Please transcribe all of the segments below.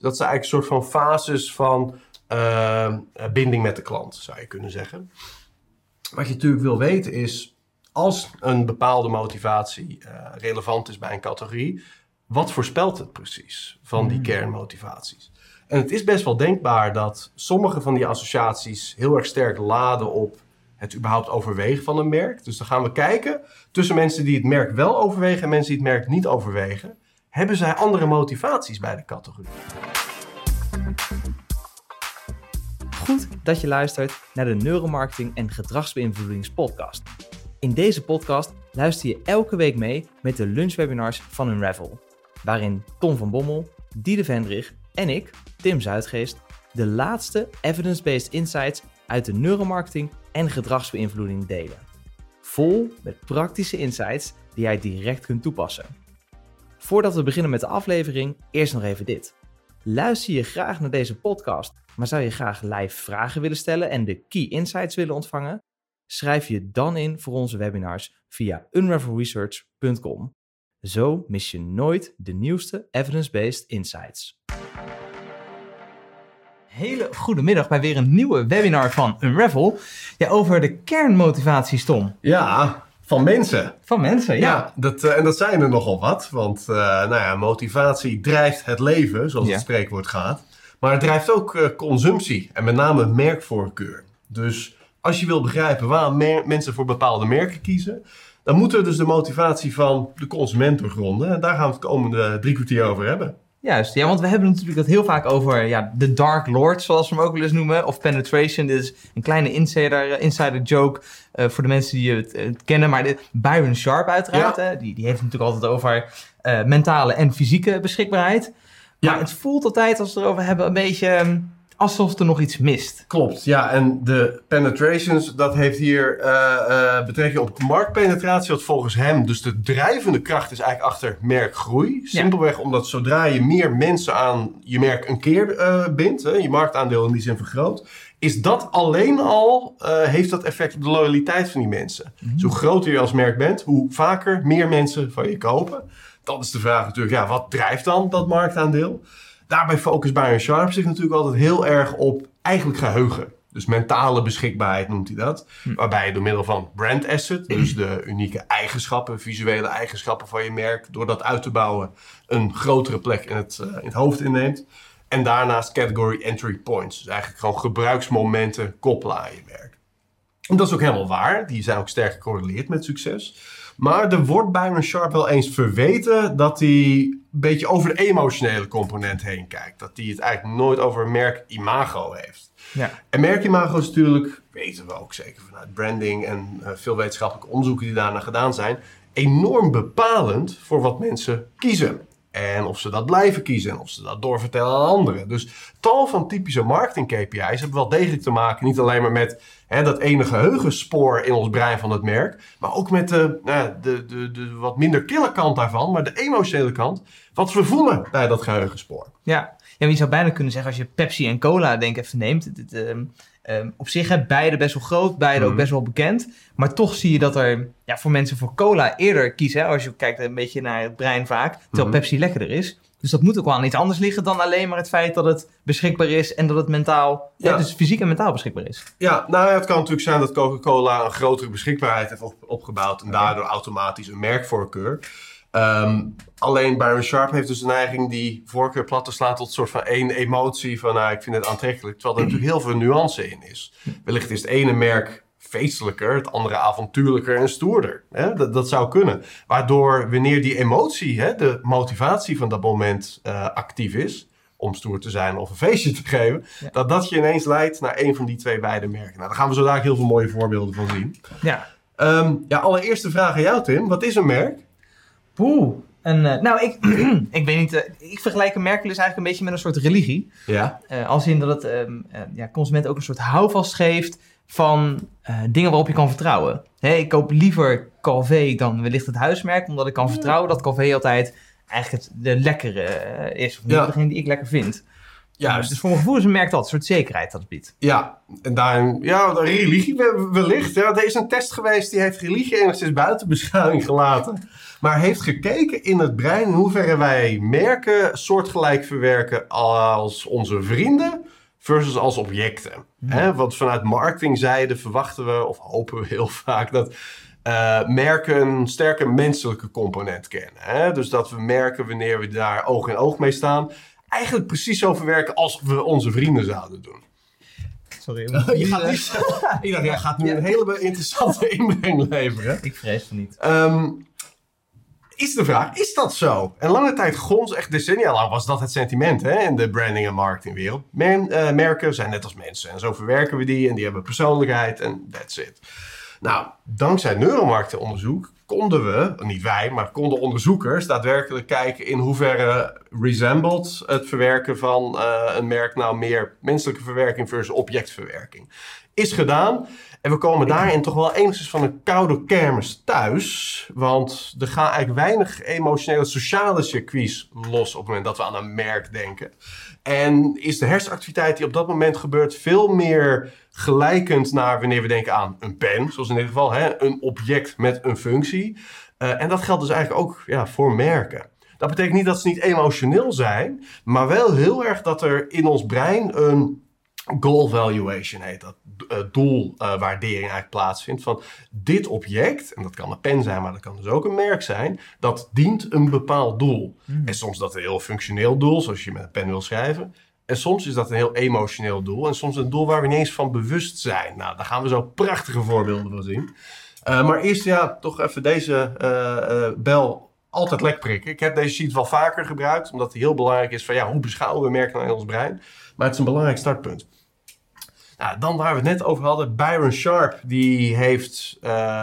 Dat zijn eigenlijk een soort van fases van binding met de klant, zou je kunnen zeggen. Wat je natuurlijk wil weten is, als een bepaalde motivatie relevant is bij een categorie, wat voorspelt het precies van die kernmotivaties? En het is best wel denkbaar dat sommige van die associaties heel erg sterk laden op het überhaupt overwegen van een merk. Dus dan gaan we kijken tussen mensen die het merk wel overwegen en mensen die het merk niet overwegen. Hebben zij andere motivaties bij de categorie? Goed dat je luistert naar de Neuromarketing en Gedragsbeïnvloedingspodcast. In deze podcast luister je elke week mee met de lunchwebinars van Unravel, waarin Tom van Bommel, Diede Vendrig en ik, Tim Zuidgeest, de laatste evidence-based insights uit de neuromarketing en gedragsbeïnvloeding delen. Vol met praktische insights die jij direct kunt toepassen. Voordat we beginnen met de aflevering, eerst nog even dit. Luister je graag naar deze podcast, maar zou je graag live vragen willen stellen en de key insights willen ontvangen? Schrijf je dan in voor onze webinars via unravelresearch.com. Zo mis je nooit de nieuwste evidence-based insights. Hele goede middag bij weer een nieuwe webinar van Unravel. Ja, over de kernmotivaties, Tom. Ja, van mensen. Van mensen, ja. En dat zijn er nogal wat. Want motivatie drijft het leven, zoals het spreekwoord gaat. Maar het drijft ook consumptie en met name merkvoorkeur. Dus als je wil begrijpen waarom mensen voor bepaalde merken kiezen, dan moeten we dus de motivatie van de consument doorgronden. En daar gaan we het komende 3 kwartier over hebben. Juist, ja, want we hebben natuurlijk het heel vaak over de Dark Lord, zoals we hem ook wel eens noemen, of penetration. Dit is een kleine insider joke voor de mensen die het kennen. Maar Byron Sharp uiteraard, die heeft het natuurlijk altijd over mentale en fysieke beschikbaarheid. Maar het voelt altijd, als we het erover hebben, een beetje alsof er nog iets mist. Klopt, ja. En de penetrations, dat heeft hier betrekking op marktpenetratie, wat volgens hem dus de drijvende kracht is eigenlijk achter merkgroei. Simpelweg omdat zodra je meer mensen aan je merk een keer bindt, je marktaandeel in die zin vergroot, is dat alleen al, heeft dat effect op de loyaliteit van die mensen. Dus hoe groter je als merk bent, hoe vaker meer mensen van je kopen. Dan is de vraag natuurlijk, wat drijft dan dat marktaandeel? Daarbij focust Byron Sharp zich natuurlijk altijd heel erg op eigenlijk geheugen. Dus mentale beschikbaarheid noemt hij dat. Waarbij je door middel van brand asset, dus de unieke eigenschappen, visuele eigenschappen van je merk, door dat uit te bouwen, een grotere plek in het hoofd inneemt. En daarnaast category entry points. Dus eigenlijk gewoon gebruiksmomenten koppelen aan je merk. En dat is ook helemaal waar. Die zijn ook sterk gecorreleerd met succes. Maar er wordt Byron Sharp wel eens verweten dat hij een beetje over de emotionele component heen kijkt. Dat hij het eigenlijk nooit over merkimago heeft. Ja. En merkimago is natuurlijk, weten we ook zeker vanuit branding en veel wetenschappelijke onderzoeken die daarna gedaan zijn, enorm bepalend voor wat mensen kiezen. En of ze dat blijven kiezen en of ze dat doorvertellen aan anderen. Dus tal van typische marketing KPI's hebben wel degelijk te maken, niet alleen maar met dat ene geheugenspoor in ons brein van het merk, maar ook met de wat minder kille kant daarvan, maar de emotionele kant, wat we voelen bij dat geheugenspoor. Ja, je zou bijna kunnen zeggen, als je Pepsi en Cola even neemt, op zich beide best wel groot, beide ook best wel bekend, maar toch zie je dat er voor mensen voor Cola eerder kiezen, als je kijkt een beetje naar het brein vaak, terwijl Pepsi lekkerder is. Dus dat moet ook wel aan iets anders liggen dan alleen maar het feit dat het beschikbaar is en dat het mentaal, dus fysiek en mentaal beschikbaar is. Ja, het kan natuurlijk zijn dat Coca-Cola een grotere beschikbaarheid heeft opgebouwd en daardoor automatisch een merkvoorkeur. Alleen Byron Sharp heeft dus de neiging die voorkeur plat te slaan tot een soort van één emotie van ik vind het aantrekkelijk, terwijl er natuurlijk heel veel nuance in is. Wellicht is het ene merk feestelijker, het andere avontuurlijker en stoerder. Dat zou kunnen. Waardoor wanneer die emotie, de motivatie van dat moment actief is, om stoer te zijn of een feestje te geven, dat je ineens leidt naar een van die twee beide merken. Nou, daar gaan we zo dadelijk heel veel mooie voorbeelden van zien. Allereerst de vraag aan jou, Tim. Wat is een merk? Ik weet niet. Ik vergelijk een merk dus eigenlijk een beetje met een soort religie. Ja. Als in dat het consument ook een soort houvast geeft van dingen waarop je kan vertrouwen. Ik koop liever Calvé dan wellicht het huismerk, omdat ik kan vertrouwen dat Calvé altijd eigenlijk de lekkere is. Of niet degene die ik lekker vind. Juist. Dus voor mijn gevoel is een merk dat een soort zekerheid dat het biedt. Ja, en daarin, de religie wellicht. Ja, er is een test geweest die heeft religie enigszins buiten beschouwing gelaten. Maar heeft gekeken in het brein in hoeverre wij merken soortgelijk verwerken als onze vrienden versus als objecten. Want vanuit marketingzijde verwachten we of hopen we heel vaak dat merken een sterke menselijke component kennen. Dus dat we merken wanneer we daar oog in oog mee staan, eigenlijk precies zo verwerken als we onze vrienden zouden doen. Sorry. Ik dacht, jij gaat nu een hele interessante inbreng leveren. Ik vrees van niet. Is de vraag, is dat zo? En lange tijd gons, echt decennia lang, was dat het sentiment in de branding- en marketingwereld. Merken zijn net als mensen en zo verwerken we die en die hebben persoonlijkheid en that's it. Nou, dankzij neuromarketingonderzoek konden we, niet wij, maar konden onderzoekers daadwerkelijk kijken in hoeverre resembled het verwerken van een merk nou meer menselijke verwerking versus objectverwerking. Is gedaan. En we komen daarin toch wel enigszins van een koude kermis thuis. Want er gaan eigenlijk weinig emotionele sociale circuits los op het moment dat we aan een merk denken. En is de hersenactiviteit die op dat moment gebeurt veel meer gelijkend naar wanneer we denken aan een pen. Zoals in dit geval een object met een functie. En dat geldt dus eigenlijk ook voor merken. Dat betekent niet dat ze niet emotioneel zijn. Maar wel heel erg dat er in ons brein een goal valuation heet dat. Doelwaardering eigenlijk plaatsvindt van dit object, en dat kan een pen zijn, maar dat kan dus ook een merk zijn, dat dient een bepaald doel. En soms is dat een heel functioneel doel, zoals je met een pen wil schrijven. En soms is dat een heel emotioneel doel. En soms een doel waar we niet eens van bewust zijn. Nou, daar gaan we zo prachtige voorbeelden van zien. Maar eerst toch even deze bel altijd lek prikken. Ik heb deze sheet wel vaker gebruikt, omdat die heel belangrijk is van hoe beschouwen we merken nou in ons brein. Maar het is een belangrijk startpunt. Nou, dan waar we het net over hadden, Byron Sharp, die heeft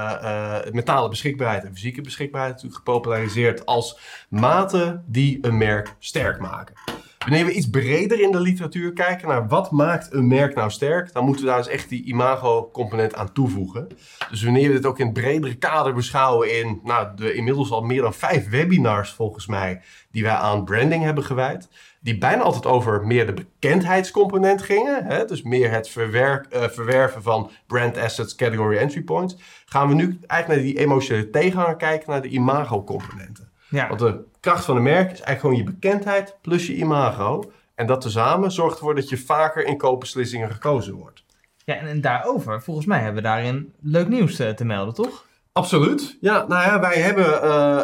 mentale beschikbaarheid en fysieke beschikbaarheid natuurlijk gepopulariseerd als maten die een merk sterk maken. Wanneer we iets breder in de literatuur kijken naar wat maakt een merk nou sterk, dan moeten we daar dus echt die imago-component aan toevoegen. Dus wanneer we dit ook in het bredere kader beschouwen in de inmiddels al meer dan 5 webinars volgens mij die wij aan branding hebben gewijd, die bijna altijd over meer de bekendheidscomponent gingen, dus meer het verwerven van brand assets, category entry points, gaan we nu eigenlijk naar die emotionele tegenhanger kijken naar de imago-componenten. Ja. Want de kracht van een merk is eigenlijk gewoon je bekendheid plus je imago. En dat tezamen zorgt ervoor dat je vaker in koopbeslissingen gekozen wordt. Ja, en daarover, volgens mij hebben we daarin leuk nieuws te melden, toch? Absoluut. Ja, wij hebben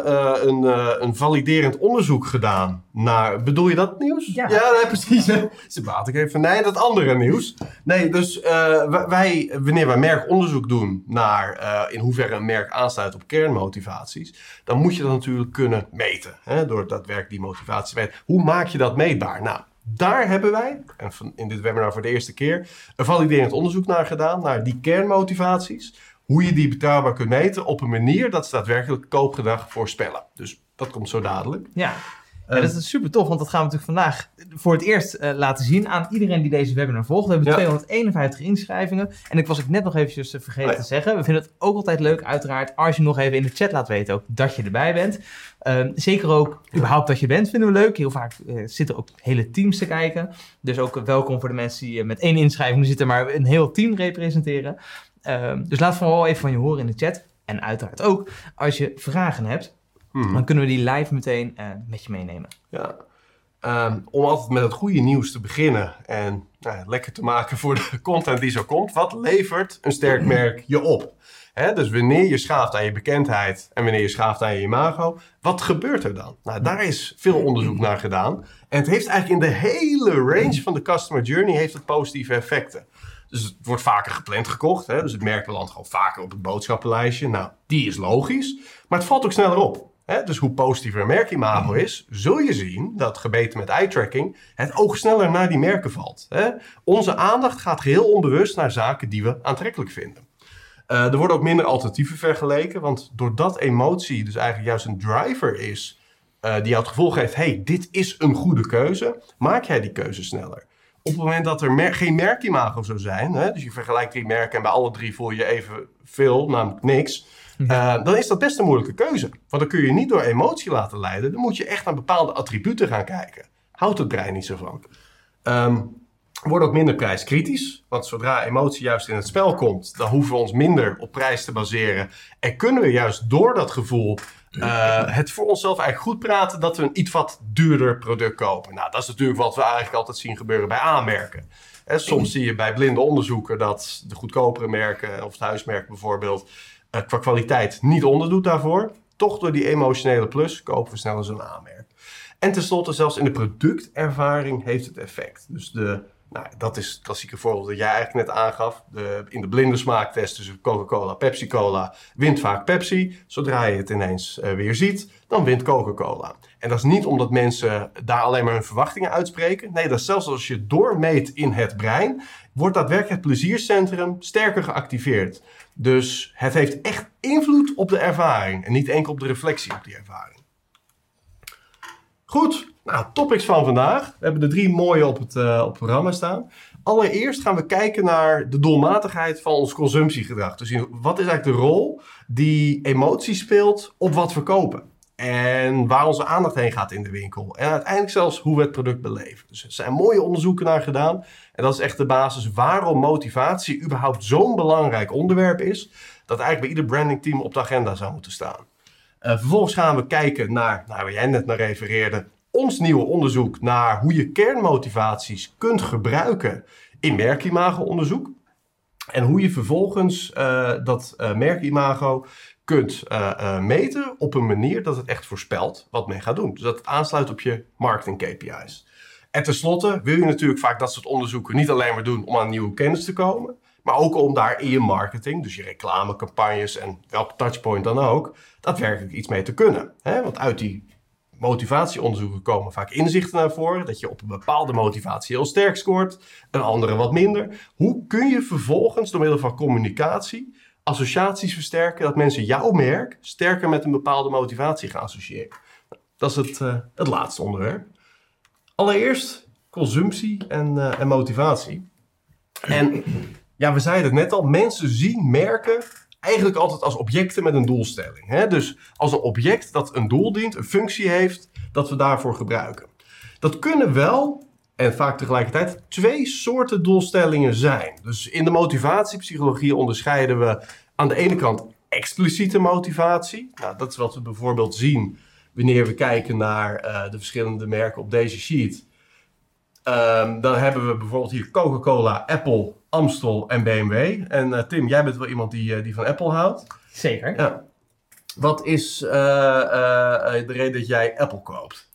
een validerend onderzoek gedaan naar... Bedoel je dat nieuws? Ja, nee, precies. Ze baat ik even. Nee, dat andere nieuws. Nee, dus wanneer wij merkonderzoek doen naar in hoeverre een merk aansluit op kernmotivaties, dan moet je dat natuurlijk kunnen meten. Door daadwerkelijk die motivatie te meten. Hoe maak je dat meetbaar? Nou, daar hebben wij, en in dit webinar voor de eerste keer, een validerend onderzoek naar gedaan, naar die kernmotivaties. Hoe je die betrouwbaar kunt meten op een manier dat ze daadwerkelijk koopgedrag voorspellen. Dus dat komt zo dadelijk. Ja, dat is super tof, want dat gaan we natuurlijk vandaag voor het eerst laten zien aan iedereen die deze webinar volgt. We hebben 251 inschrijvingen en ik was net nog eventjes vergeten te zeggen. We vinden het ook altijd leuk, uiteraard, als je nog even in de chat laat weten ook dat je erbij bent. Zeker ook überhaupt dat je bent, vinden we leuk. Heel vaak zitten ook hele teams te kijken. Dus ook welkom voor de mensen die met 1 inschrijving zitten, maar een heel team representeren. Dus laat vooral even van je horen in de chat. En uiteraard ook, als je vragen hebt, dan kunnen we die live meteen met je meenemen. Ja, om altijd met het goede nieuws te beginnen en lekker te maken voor de content die zo komt. Wat levert een sterk merk je op? Dus wanneer je schaaft aan je bekendheid en wanneer je schaaft aan je imago, wat gebeurt er dan? Nou, daar is veel onderzoek naar gedaan. En het heeft eigenlijk in de hele range van de customer journey heeft het positieve effecten. Dus het wordt vaker gepland gekocht. Dus het merk belandt gewoon vaker op het boodschappenlijstje. Nou, die is logisch. Maar het valt ook sneller op. Dus hoe positiever een merkimago is, zul je zien dat gebeten met eye-tracking het oog sneller naar die merken valt. Onze aandacht gaat geheel onbewust naar zaken die we aantrekkelijk vinden. Er worden ook minder alternatieven vergeleken. Want doordat emotie dus eigenlijk juist een driver is die jou het gevoel geeft, hey, dit is een goede keuze, maak jij die keuze sneller. Op het moment dat er geen merkimago zou zijn, dus je vergelijkt 3 merken en bij alle 3 voel je evenveel, namelijk niks, dan is dat best een moeilijke keuze. Want dan kun je niet door emotie laten leiden, dan moet je echt naar bepaalde attributen gaan kijken. Houdt het brein niet zo van. Worden ook minder prijskritisch. Want zodra emotie juist in het spel komt, dan hoeven we ons minder op prijs te baseren. En kunnen we juist door dat gevoel het voor onszelf eigenlijk goed praten dat we een iets wat duurder product kopen. Nou, dat is natuurlijk wat we eigenlijk altijd zien gebeuren bij aanmerken. Soms zie je bij blinde onderzoeken dat de goedkopere merken, of het huismerk bijvoorbeeld, qua kwaliteit niet onderdoet daarvoor. Toch door die emotionele plus kopen we sneller zo'n aanmerk. En tenslotte, zelfs in de productervaring heeft het effect. Dus dat is het klassieke voorbeeld dat jij eigenlijk net aangaf. In de blinde smaaktest tussen Coca-Cola en Pepsi-Cola wint vaak Pepsi. Zodra je het ineens weer ziet, dan wint Coca-Cola. En dat is niet omdat mensen daar alleen maar hun verwachtingen uitspreken. Nee, dat is zelfs als je doormeet in het brein, wordt daadwerkelijk het pleziercentrum sterker geactiveerd. Dus het heeft echt invloed op de ervaring en niet enkel op de reflectie op die ervaring. Goed, topics van vandaag. We hebben er 3 mooie op het programma staan. Allereerst gaan we kijken naar de doelmatigheid van ons consumptiegedrag. Dus wat is eigenlijk de rol die emotie speelt op wat we kopen? En waar onze aandacht heen gaat in de winkel. En uiteindelijk zelfs hoe we het product beleven. Dus er zijn mooie onderzoeken naar gedaan. En dat is echt de basis waarom motivatie überhaupt zo'n belangrijk onderwerp is. Dat eigenlijk bij ieder brandingteam op de agenda zou moeten staan. Vervolgens gaan we kijken naar, waar jij net naar refereerde, ons nieuwe onderzoek naar hoe je kernmotivaties kunt gebruiken in merkimago-onderzoek. En hoe je vervolgens dat merkimago kunt meten op een manier dat het echt voorspelt wat men gaat doen. Dus dat het aansluit op je marketing KPI's. En tenslotte wil je natuurlijk vaak dat soort onderzoeken niet alleen maar doen om aan nieuwe kennis te komen, maar ook om daar in je marketing, dus je reclamecampagnes en welke touchpoint dan ook, daadwerkelijk iets mee te kunnen. Want uit die motivatieonderzoeken komen vaak inzichten naar voren, dat je op een bepaalde motivatie heel sterk scoort, een andere wat minder. Hoe kun je vervolgens door middel van communicatie associaties versterken dat mensen jouw merk sterker met een bepaalde motivatie gaan associëren? Dat is het laatste onderwerp. Allereerst consumptie en motivatie. En ja, we zeiden het net al, mensen zien merken eigenlijk altijd als objecten met een doelstelling. Dus als een object dat een doel dient, een functie heeft, dat we daarvoor gebruiken. Dat kunnen wel, en vaak tegelijkertijd, 2 soorten doelstellingen zijn. Dus in de motivatiepsychologie onderscheiden we aan de ene kant expliciete motivatie. Nou, dat is wat we bijvoorbeeld zien wanneer we kijken naar de verschillende merken op deze sheet. Dan hebben we bijvoorbeeld hier Coca-Cola, Apple, Amstel en BMW. En Tim, jij bent wel iemand die van Apple houdt. Zeker. Ja. Wat is de reden dat jij Apple koopt?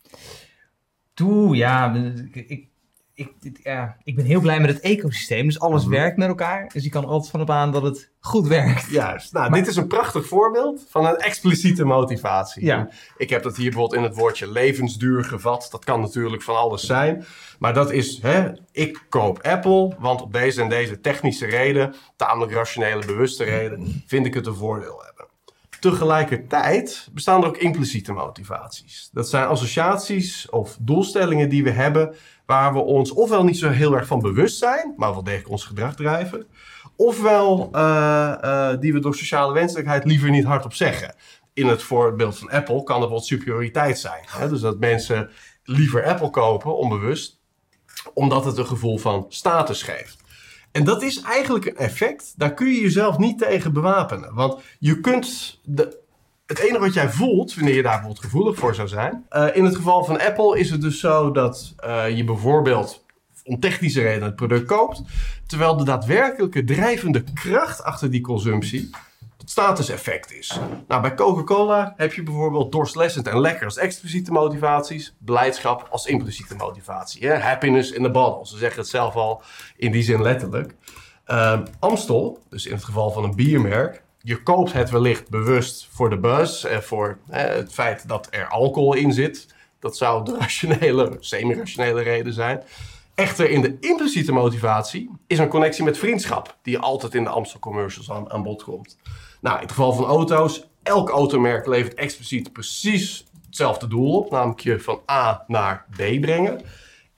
Ik ben heel blij met het ecosysteem. Dus alles werkt met elkaar. Dus je kan altijd van op aan dat het goed werkt. Juist. Nou, dit is een prachtig voorbeeld van een expliciete motivatie. Ja. Ik heb dat hier bijvoorbeeld in het woordje levensduur gevat. Dat kan natuurlijk van alles zijn. Maar dat is, ik koop Apple, want op deze en deze technische reden, tamelijk rationele, bewuste reden, vind ik het een voordeel hebben. Tegelijkertijd bestaan er ook impliciete motivaties. Dat zijn associaties of doelstellingen die we hebben waar we ons ofwel niet zo heel erg van bewust zijn, maar wel degelijk ons gedrag drijven. Ofwel die we door sociale wenselijkheid liever niet hardop zeggen. In het voorbeeld van Apple kan er bijvoorbeeld superioriteit zijn. Dus dat mensen liever Apple kopen, onbewust, omdat het een gevoel van status geeft. En dat is eigenlijk een effect, daar kun je jezelf niet tegen bewapenen. Want je kunt het enige wat jij voelt, wanneer je daar bijvoorbeeld gevoelig voor zou zijn. In het geval van Apple is het dus zo dat je bijvoorbeeld om technische redenen het product koopt. Terwijl de daadwerkelijke drijvende kracht achter die consumptie het statuseffect is. Nou, bij Coca-Cola heb je bijvoorbeeld doorslessend en lekker als expliciete motivaties. Blijdschap als impliciete motivatie. Happiness in the bottle. Ze zeggen het zelf al in die zin letterlijk. Amstel, dus in het geval van een biermerk. Je koopt het wellicht bewust voor de buzz en voor het feit dat er alcohol in zit. Dat zou de rationele, semi-rationele reden zijn. Echter, in de impliciete motivatie is een connectie met vriendschap die altijd in de Amstel commercials aan bod komt. Nou, in het geval van auto's, elk automerk levert expliciet precies hetzelfde doel op, namelijk je van A naar B brengen. In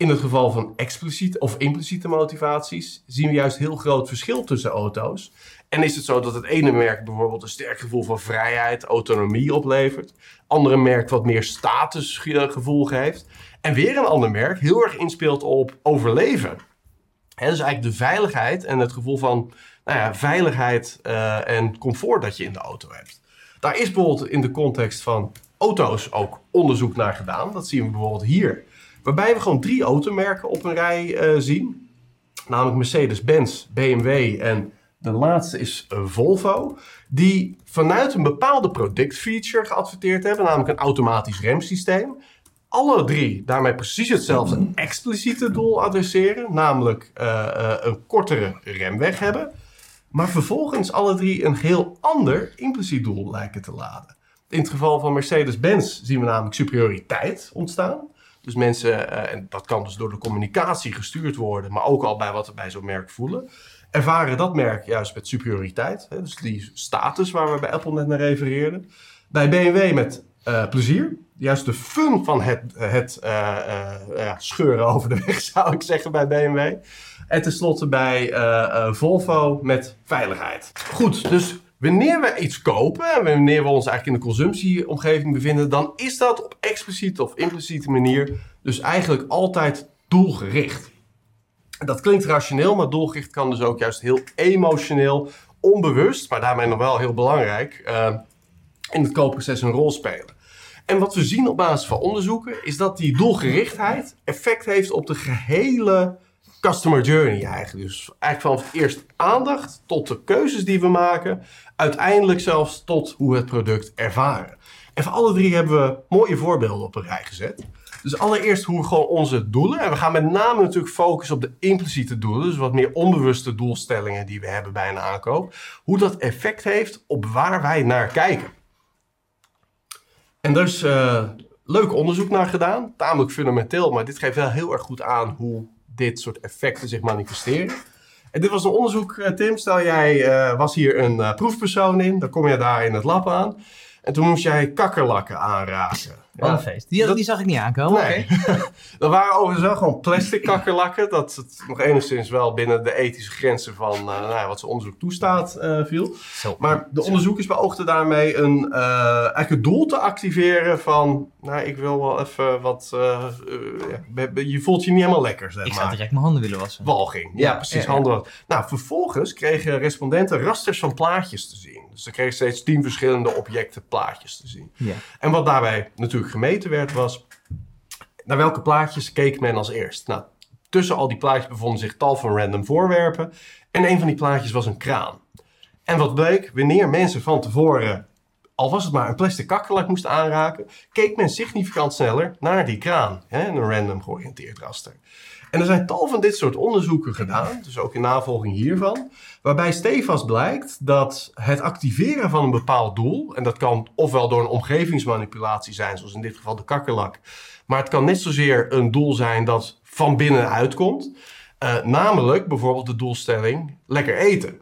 In het geval van expliciete of impliciete motivaties zien we juist heel groot verschil tussen auto's. En is het zo dat het ene merk bijvoorbeeld een sterk gevoel van vrijheid, autonomie oplevert. Andere merk wat meer statusgevoel geeft. En weer een ander merk heel erg inspeelt op overleven. Hè, dus eigenlijk de veiligheid en het gevoel van veiligheid en comfort dat je in de auto hebt. Daar is bijvoorbeeld in de context van auto's ook onderzoek naar gedaan. Dat zien we bijvoorbeeld hier. Waarbij we gewoon 3 automerken op een rij zien. Namelijk Mercedes-Benz, BMW en de laatste is Volvo. Die vanuit een bepaalde productfeature geadverteerd hebben. Namelijk een automatisch remsysteem. Alle 3 daarmee precies hetzelfde expliciete doel adresseren. Namelijk een kortere remweg hebben. Maar vervolgens alle 3 een heel ander impliciet doel lijken te laden. In het geval van Mercedes-Benz zien we namelijk superioriteit ontstaan. Dus mensen, en dat kan dus door de communicatie gestuurd worden, maar ook al bij wat we bij zo'n merk voelen, ervaren dat merk juist met superioriteit. Hè, dus die status waar we bij Apple net naar refereerden. Bij BMW met plezier. Juist de fun van het scheuren over de weg, zou ik zeggen, bij BMW. En tenslotte bij Volvo met veiligheid. Goed, dus wanneer we iets kopen en wanneer we ons eigenlijk in de consumptieomgeving bevinden, dan is dat op expliciete of impliciete manier dus eigenlijk altijd doelgericht. Dat klinkt rationeel, maar doelgericht kan dus ook juist heel emotioneel, onbewust, maar daarmee nog wel heel belangrijk, in het koopproces een rol spelen. En wat we zien op basis van onderzoeken is dat die doelgerichtheid effect heeft op de gehele customer journey eigenlijk. Dus eigenlijk van eerst aandacht tot de keuzes die we maken, uiteindelijk zelfs tot hoe we het product ervaren. En voor alle 3 hebben we mooie voorbeelden op een rij gezet. Dus allereerst hoe we gewoon onze doelen, en we gaan met name natuurlijk focussen op de impliciete doelen, dus wat meer onbewuste doelstellingen die we hebben bij een aankoop, hoe dat effect heeft op waar wij naar kijken. En daar is leuk onderzoek naar gedaan, tamelijk fundamenteel, maar dit geeft wel heel erg goed aan hoe dit soort effecten zich manifesteren. En dit was een onderzoek, Tim. Stel jij was hier een proefpersoon in, dan kom je daar in het lab aan. En toen moest jij kakkerlakken aanraken. Wat een feest. Die zag ik niet aankomen. Nee. Okay. Dat waren overigens wel gewoon plastic kakkerlakken. Dat het nog enigszins wel binnen de ethische grenzen van wat zijn onderzoek toestaat viel. Zo. Maar de onderzoekers beoogden daarmee eigenlijk het doel te activeren van, ik wil wel even wat, je voelt je niet helemaal lekker, zeg maar. Ik zou direct mijn handen willen wassen. Walging. Ja, precies. Handen wassen. Nou, vervolgens kregen respondenten rasters van plaatjes te zien. Dus ze kregen steeds 10 verschillende objecten plaatjes te zien. Ja. En wat daarbij natuurlijk gemeten werd was, naar welke plaatjes keek men als eerst? Nou, tussen al die plaatjes bevonden zich tal van random voorwerpen. En een van die plaatjes was een kraan. En wat bleek, wanneer mensen van tevoren, al was het maar een plastic kakkerlak moesten aanraken, keek men significant sneller naar die kraan. Een random georiënteerd raster. En er zijn tal van dit soort onderzoeken gedaan, dus ook in navolging hiervan, waarbij stevast blijkt dat het activeren van een bepaald doel, en dat kan ofwel door een omgevingsmanipulatie zijn, zoals in dit geval de kakkerlak, maar het kan net zozeer een doel zijn dat van binnenuit komt, namelijk bijvoorbeeld de doelstelling lekker eten.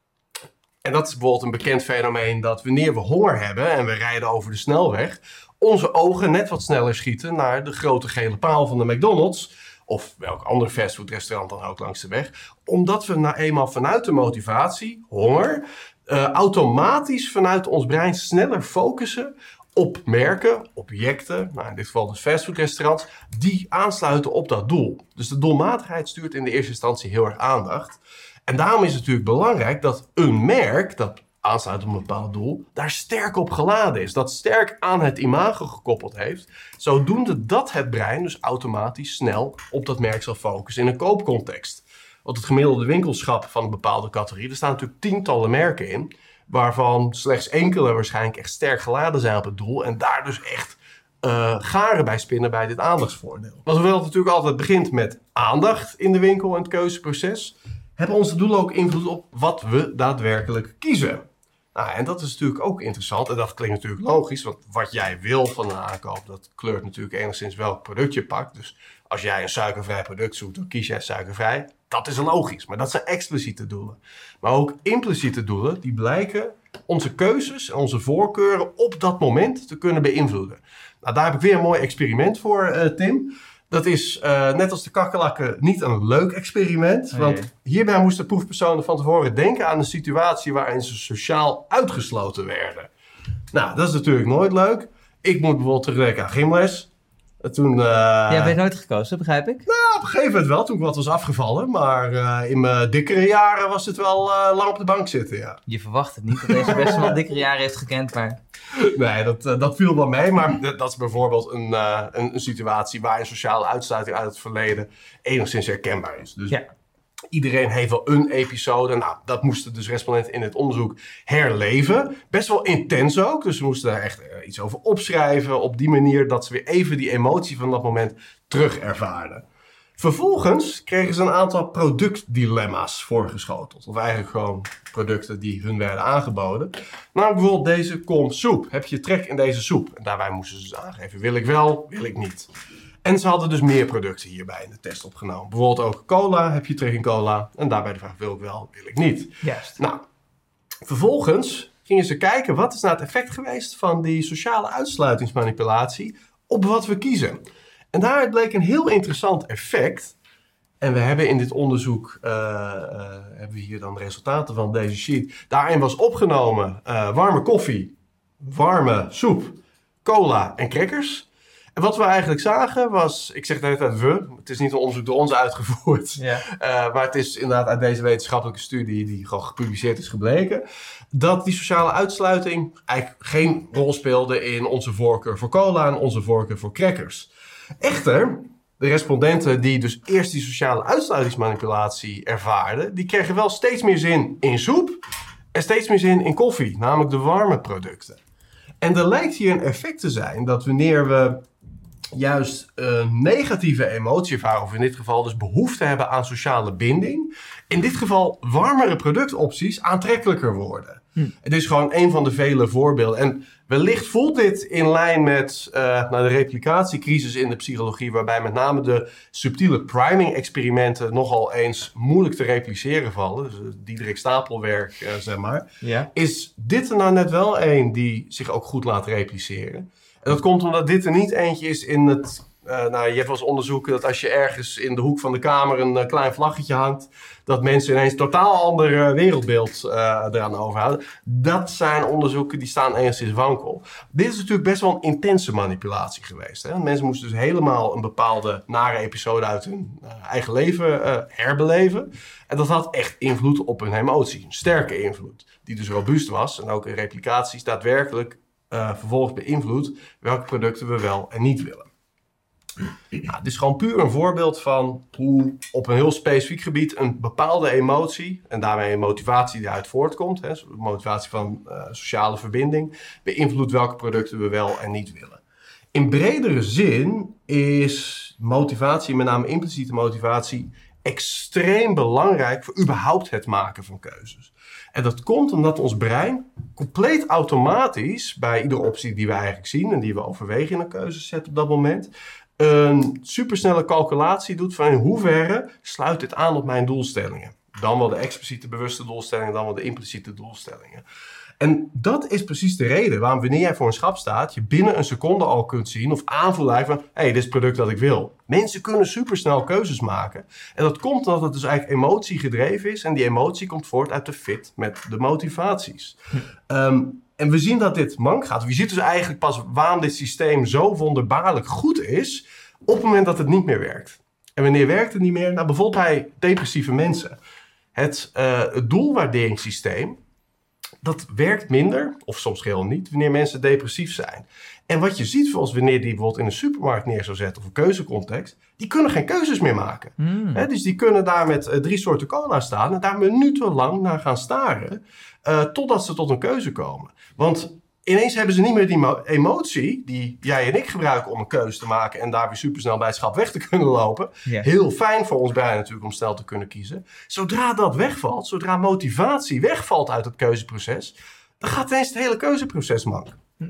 En dat is bijvoorbeeld een bekend fenomeen dat wanneer we honger hebben en we rijden over de snelweg, onze ogen net wat sneller schieten naar de grote gele paal van de McDonald's, of welk ander fastfoodrestaurant dan ook langs de weg. Omdat we nou eenmaal vanuit de motivatie, honger, automatisch vanuit ons brein sneller focussen op merken, objecten, in dit geval dus fastfoodrestaurants, die aansluiten op dat doel. Dus de doelmatigheid stuurt in de eerste instantie heel erg aandacht. En daarom is het natuurlijk belangrijk dat een merk dat aansluit op een bepaald doel, daar sterk op geladen is. Dat sterk aan het imago gekoppeld heeft. Zodoende dat het brein dus automatisch snel op dat merk zal focussen in een koopcontext. Want het gemiddelde winkelschap van een bepaalde categorie, er staan natuurlijk tientallen merken in, waarvan slechts enkele waarschijnlijk echt sterk geladen zijn op het doel en daar dus echt garen bij spinnen bij dit aandachtsvoordeel. Want hoewel het natuurlijk altijd begint met aandacht in de winkel en het keuzeproces, hebben onze doelen ook invloed op wat we daadwerkelijk kiezen. En dat is natuurlijk ook interessant en dat klinkt natuurlijk logisch, want wat jij wil van een aankoop, dat kleurt natuurlijk enigszins welk product je pakt. Dus als jij een suikervrij product zoekt, dan kies jij suikervrij. Dat is logisch, maar dat zijn expliciete doelen. Maar ook impliciete doelen, die blijken onze keuzes en onze voorkeuren op dat moment te kunnen beïnvloeden. Daar heb ik weer een mooi experiment voor, Tim. Dat is net als de kakkerlakken niet een leuk experiment. Nee. Want hierbij moesten proefpersonen van tevoren denken aan een situatie waarin ze sociaal uitgesloten werden. Nou, dat is natuurlijk nooit leuk. Ik moet bijvoorbeeld terugdenken aan gymles. Toen, Jij bent nooit gekozen, begrijp ik? Nou, op een gegeven moment wel, toen ik wat was afgevallen. Maar in mijn dikkere jaren was het wel lang op de bank zitten, ja. Je verwacht het niet dat deze best wel dikkere jaren heeft gekend, maar... Nee, dat viel wel mee. Maar dat is bijvoorbeeld een situatie waarin sociale uitsluiting uit het verleden enigszins herkenbaar is. Dus iedereen heeft wel een episode. Nou, dat moesten dus respondenten in het onderzoek herleven. Best wel intens ook. Dus ze moesten daar echt iets over opschrijven. Op die manier dat ze weer even die emotie van dat moment terug ervaren. Vervolgens kregen ze een aantal productdilemma's voorgeschoteld. Of eigenlijk gewoon producten die hun werden aangeboden. Namelijk bijvoorbeeld deze kom soep. Heb je trek in deze soep? En daarbij moesten ze dus aangeven, wil ik wel, wil ik niet. En ze hadden dus meer producten hierbij in de test opgenomen. Bijvoorbeeld ook cola, heb je trek in cola? En daarbij de vraag, wil ik wel, wil ik niet? Juist. Nou, vervolgens gingen ze kijken, wat is nou het effect geweest van die sociale uitsluitingsmanipulatie op wat we kiezen? En daaruit bleek een heel interessant effect. En we hebben in dit onderzoek, hebben we hier dan de resultaten van deze sheet. Daarin was opgenomen warme koffie, warme soep, cola en crackers. En wat we eigenlijk zagen was, ik zeg de hele tijd we, het is niet een onderzoek door ons uitgevoerd. Ja. Maar het is inderdaad uit deze wetenschappelijke studie die gewoon gepubliceerd is gebleken. Dat die sociale uitsluiting eigenlijk geen rol speelde in onze voorkeur voor cola en onze voorkeur voor crackers. Echter, de respondenten die dus eerst die sociale uitsluitingsmanipulatie ervaarden, die kregen wel steeds meer zin in soep en steeds meer zin in koffie, namelijk de warme producten. En er lijkt hier een effect te zijn dat wanneer we juist een negatieve emotie ervaren, of in dit geval dus behoefte hebben aan sociale binding, in dit geval warmere productopties aantrekkelijker worden. Het is gewoon een van de vele voorbeelden. En wellicht voelt dit in lijn met de replicatiecrisis in de psychologie, waarbij met name de subtiele priming-experimenten nogal eens moeilijk te repliceren vallen. Dus Diederik Stapelwerk, zeg maar. Ja. Is dit er nou net wel een die zich ook goed laat repliceren? En dat komt omdat dit er niet eentje is in het... je hebt wel eens onderzoeken dat als je ergens in de hoek van de kamer een klein vlaggetje hangt, dat mensen ineens een totaal ander wereldbeeld eraan overhouden. Dat zijn onderzoeken die staan enigszins wankel. Dit is natuurlijk best wel een intense manipulatie geweest. Hè? Mensen moesten dus helemaal een bepaalde nare episode uit hun eigen leven herbeleven. En dat had echt invloed op hun emotie. Een sterke invloed. Die dus robuust was en ook in replicaties daadwerkelijk vervolgens beïnvloedt welke producten we wel en niet willen. Nou, dit is gewoon puur een voorbeeld van hoe op een heel specifiek gebied een bepaalde emotie, en daarmee een motivatie die uit voortkomt, de motivatie van sociale verbinding, beïnvloedt welke producten we wel en niet willen. In bredere zin is motivatie, met name impliciete motivatie, extreem belangrijk voor überhaupt het maken van keuzes. En dat komt omdat ons brein compleet automatisch bij iedere optie die we eigenlijk zien en die we overwegen in een keuzeset op dat moment, een supersnelle calculatie doet van in hoeverre sluit dit aan op mijn doelstellingen. Dan wel de expliciete bewuste doelstellingen, dan wel de impliciete doelstellingen. En dat is precies de reden waarom wanneer jij voor een schap staat, je binnen een seconde al kunt zien of aanvoelen eigenlijk van, dit is het product dat ik wil. Mensen kunnen supersnel keuzes maken. En dat komt omdat het dus eigenlijk emotie gedreven is. En die emotie komt voort uit de fit met de motivaties. En we zien dat dit mank gaat. Je ziet dus eigenlijk pas waarom dit systeem zo wonderbaarlijk goed is op het moment dat het niet meer werkt. En wanneer werkt het niet meer? Nou, bijvoorbeeld bij depressieve mensen. Het doelwaarderingssysteem, dat werkt minder, of soms geheel niet, wanneer mensen depressief zijn. En wat je ziet, zoals wanneer die bijvoorbeeld in een supermarkt neer zou zetten of een keuzecontext, die kunnen geen keuzes meer maken. Dus die kunnen daar met 3 soorten cola staan en daar minutenlang naar gaan staren, totdat ze tot een keuze komen. Want ineens hebben ze niet meer die emotie die jij en ik gebruiken om een keuze te maken en daar weer supersnel bij het schap weg te kunnen lopen. Yeah. Heel fijn voor ons brein natuurlijk om snel te kunnen kiezen. Zodra dat wegvalt, zodra motivatie wegvalt uit het keuzeproces, dan gaat ineens het hele keuzeproces mank.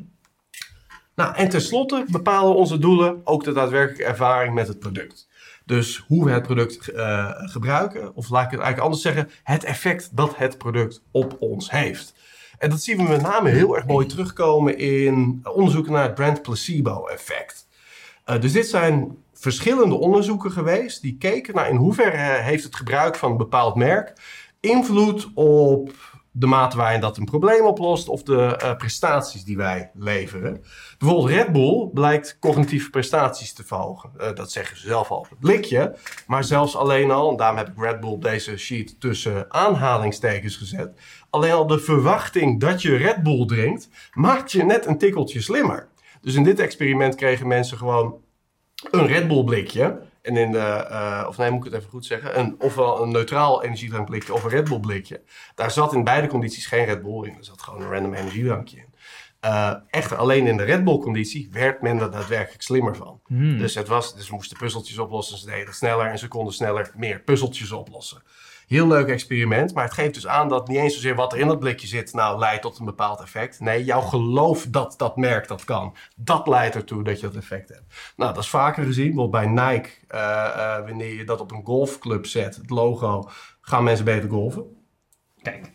Nou, en tenslotte bepalen onze doelen ook de daadwerkelijke ervaring met het product. Dus hoe we het product gebruiken, of laat ik het eigenlijk anders zeggen, het effect dat het product op ons heeft. En dat zien we met name heel erg mooi terugkomen in onderzoeken naar het brand placebo effect. Dus dit zijn verschillende onderzoeken geweest die keken naar in hoeverre heeft het gebruik van een bepaald merk invloed op de mate waarin dat een probleem oplost of de prestaties die wij leveren. Bijvoorbeeld Red Bull blijkt cognitieve prestaties te verhogen. Dat zeggen ze zelf al op het blikje. Maar zelfs alleen al, en daarom heb ik Red Bull op deze sheet tussen aanhalingstekens gezet. Alleen al de verwachting dat je Red Bull drinkt, maakt je net een tikkeltje slimmer. Dus in dit experiment kregen mensen gewoon een Red Bull blikje. En in moet ik het even goed zeggen, ofwel een neutraal energiedrankblikje of een Red Bull blikje. Daar zat in beide condities geen Red Bull in. Er zat gewoon een random energiedrankje in. Echter, alleen in de Red Bull conditie werd men er daadwerkelijk slimmer van. Dus ze moesten puzzeltjes oplossen, ze deden het sneller en ze konden sneller meer puzzeltjes oplossen. Heel leuk experiment, maar het geeft dus aan dat niet eens zozeer wat er in dat blikje zit leidt tot een bepaald effect. Nee, jouw geloof dat dat merk dat kan, dat leidt ertoe dat je dat effect hebt. Nou, dat is vaker gezien, bijvoorbeeld bij Nike, wanneer je dat op een golfclub zet, het logo, gaan mensen beter golfen. Kijk.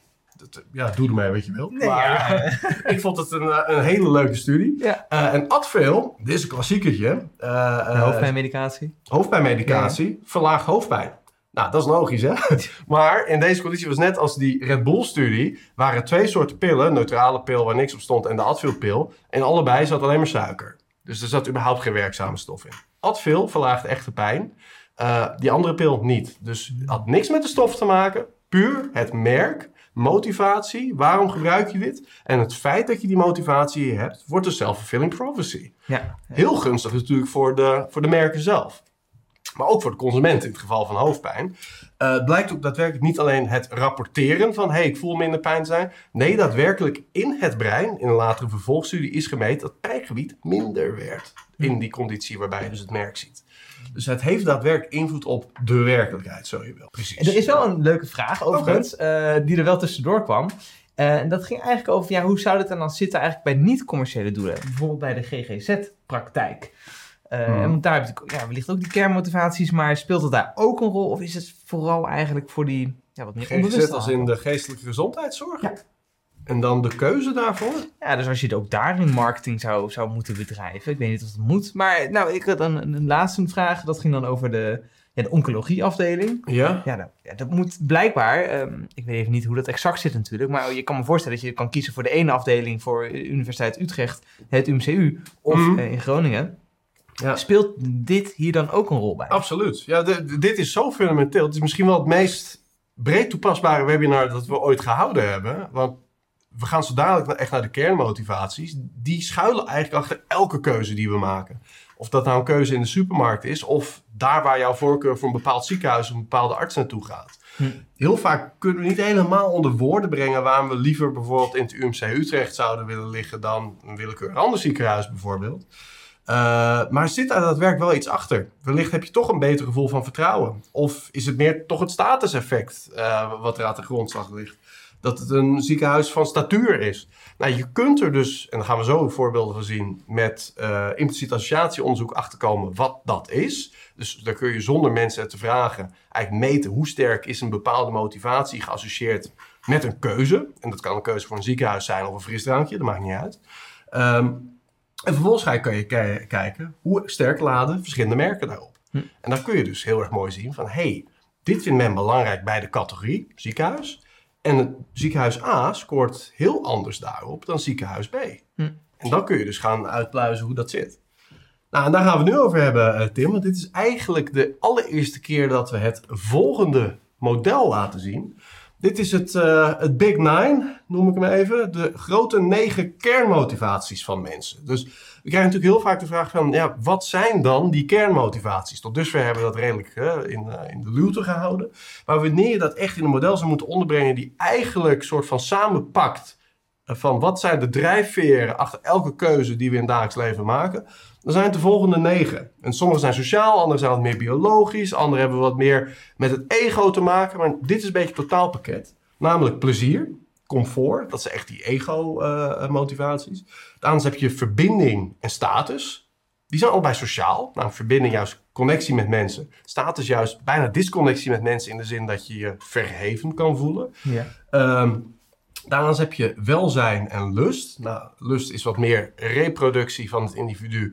Doe ermee wat je wilt. Nee, maar ik vond het een hele leuke studie. Ja. En Advil, dit is een klassiekertje. Hoofdpijnmedicatie. Hoofdpijnmedicatie verlaagt hoofdpijn. Nou, dat is logisch, hè? Maar in deze conditie was net als die Red Bull-studie, waren 2 soorten pillen. Een neutrale pil waar niks op stond en de Advil-pil. En allebei zat alleen maar suiker. Dus er zat überhaupt geen werkzame stof in. Advil verlaagt echte pijn. Die andere pil niet. Dus het had niks met de stof te maken. Puur het merk, motivatie. Waarom gebruik je dit? En het feit dat je die motivatie hebt, wordt een self-fulfilling prophecy. Ja. Heel gunstig natuurlijk voor de merken zelf. Maar ook voor de consument in het geval van hoofdpijn. Blijkt ook daadwerkelijk niet alleen het rapporteren van ik voel minder pijn zijn. Nee, daadwerkelijk in het brein, in een latere vervolgstudie, is gemeten dat pijngebied minder werd. In die conditie waarbij je dus het merk ziet. Dus het heeft daadwerkelijk invloed op de werkelijkheid, zo je wil. Precies. Er is wel een leuke vraag overigens, die er wel tussendoor kwam. En dat ging eigenlijk over, hoe zou dit dan zitten eigenlijk bij niet-commerciële doelen? Bijvoorbeeld bij de GGZ-praktijk. Want daar heb je wellicht ook die kernmotivaties, maar speelt het daar ook een rol? Of is het vooral eigenlijk voor die wat meer GGZ als in de geestelijke gezondheidszorg? Ja. En dan de keuze daarvoor? Ja, dus als je het ook daar in marketing zou moeten bedrijven. Ik weet niet of het moet. Maar ik had dan een laatste vraag. Dat ging dan over de oncologieafdeling. Ja. Dat moet blijkbaar, ik weet even niet hoe dat exact zit natuurlijk, maar je kan me voorstellen dat je kan kiezen voor de ene afdeling voor Universiteit Utrecht, het UMCU, of in Groningen. Ja. Speelt dit hier dan ook een rol bij? Absoluut. Ja, dit is zo fundamenteel. Het is misschien wel het meest breed toepasbare webinar dat we ooit gehouden hebben. Want we gaan zo dadelijk echt naar de kernmotivaties. Die schuilen eigenlijk achter elke keuze die we maken. Of dat nou een keuze in de supermarkt is, of daar waar jouw voorkeur voor een bepaald ziekenhuis of een bepaalde arts naartoe gaat. Heel vaak kunnen we niet helemaal onder woorden brengen waarom we liever bijvoorbeeld in het UMC Utrecht zouden willen liggen dan een willekeurig ander ziekenhuis bijvoorbeeld. Maar zit daar daadwerkelijk wel iets achter? Wellicht heb je toch een beter gevoel van vertrouwen. Of is het meer toch het statuseffect wat er aan de grondslag ligt? Dat het een ziekenhuis van statuur is. Nou, je kunt er dus, en daar gaan we zo voorbeelden van zien, met impliciet associatieonderzoek achterkomen wat dat is. Dus daar kun je zonder mensen te vragen eigenlijk meten hoe sterk is een bepaalde motivatie geassocieerd met een keuze. En dat kan een keuze voor een ziekenhuis zijn of een frisdrankje, dat maakt niet uit. En vervolgens kan je kijken hoe sterk laden verschillende merken daarop. En dan kun je dus heel erg mooi zien van, dit vindt men belangrijk bij de categorie ziekenhuis. En het ziekenhuis A scoort heel anders daarop dan ziekenhuis B. En dan kun je dus gaan uitpluizen hoe dat zit. Nou, en daar gaan we het nu over hebben, Tim. Want dit is eigenlijk de allereerste keer dat we het volgende model laten zien. Dit is het Big Nine, noem ik hem even. De grote 9 kernmotivaties van mensen. Dus we krijgen natuurlijk heel vaak de vraag van, wat zijn dan die kernmotivaties? Tot dusver hebben we dat redelijk in de luwte gehouden. Maar wanneer je dat echt in een model zou moeten onderbrengen die eigenlijk soort van samenpakt van wat zijn de drijfveren achter elke keuze die we in het dagelijks leven maken, dan zijn het de volgende 9. En sommige zijn sociaal, andere zijn wat meer biologisch, andere hebben wat meer met het ego te maken. Maar dit is een beetje het totaalpakket. Namelijk plezier, comfort, dat zijn echt die ego-motivaties. Dan heb je verbinding en status. Die zijn allebei sociaal. Nou, verbinding juist connectie met mensen. Status juist bijna disconnectie met mensen in de zin dat je je verheven kan voelen. Ja. Daarnaast heb je welzijn en lust. Nou, lust is wat meer reproductie van het individu.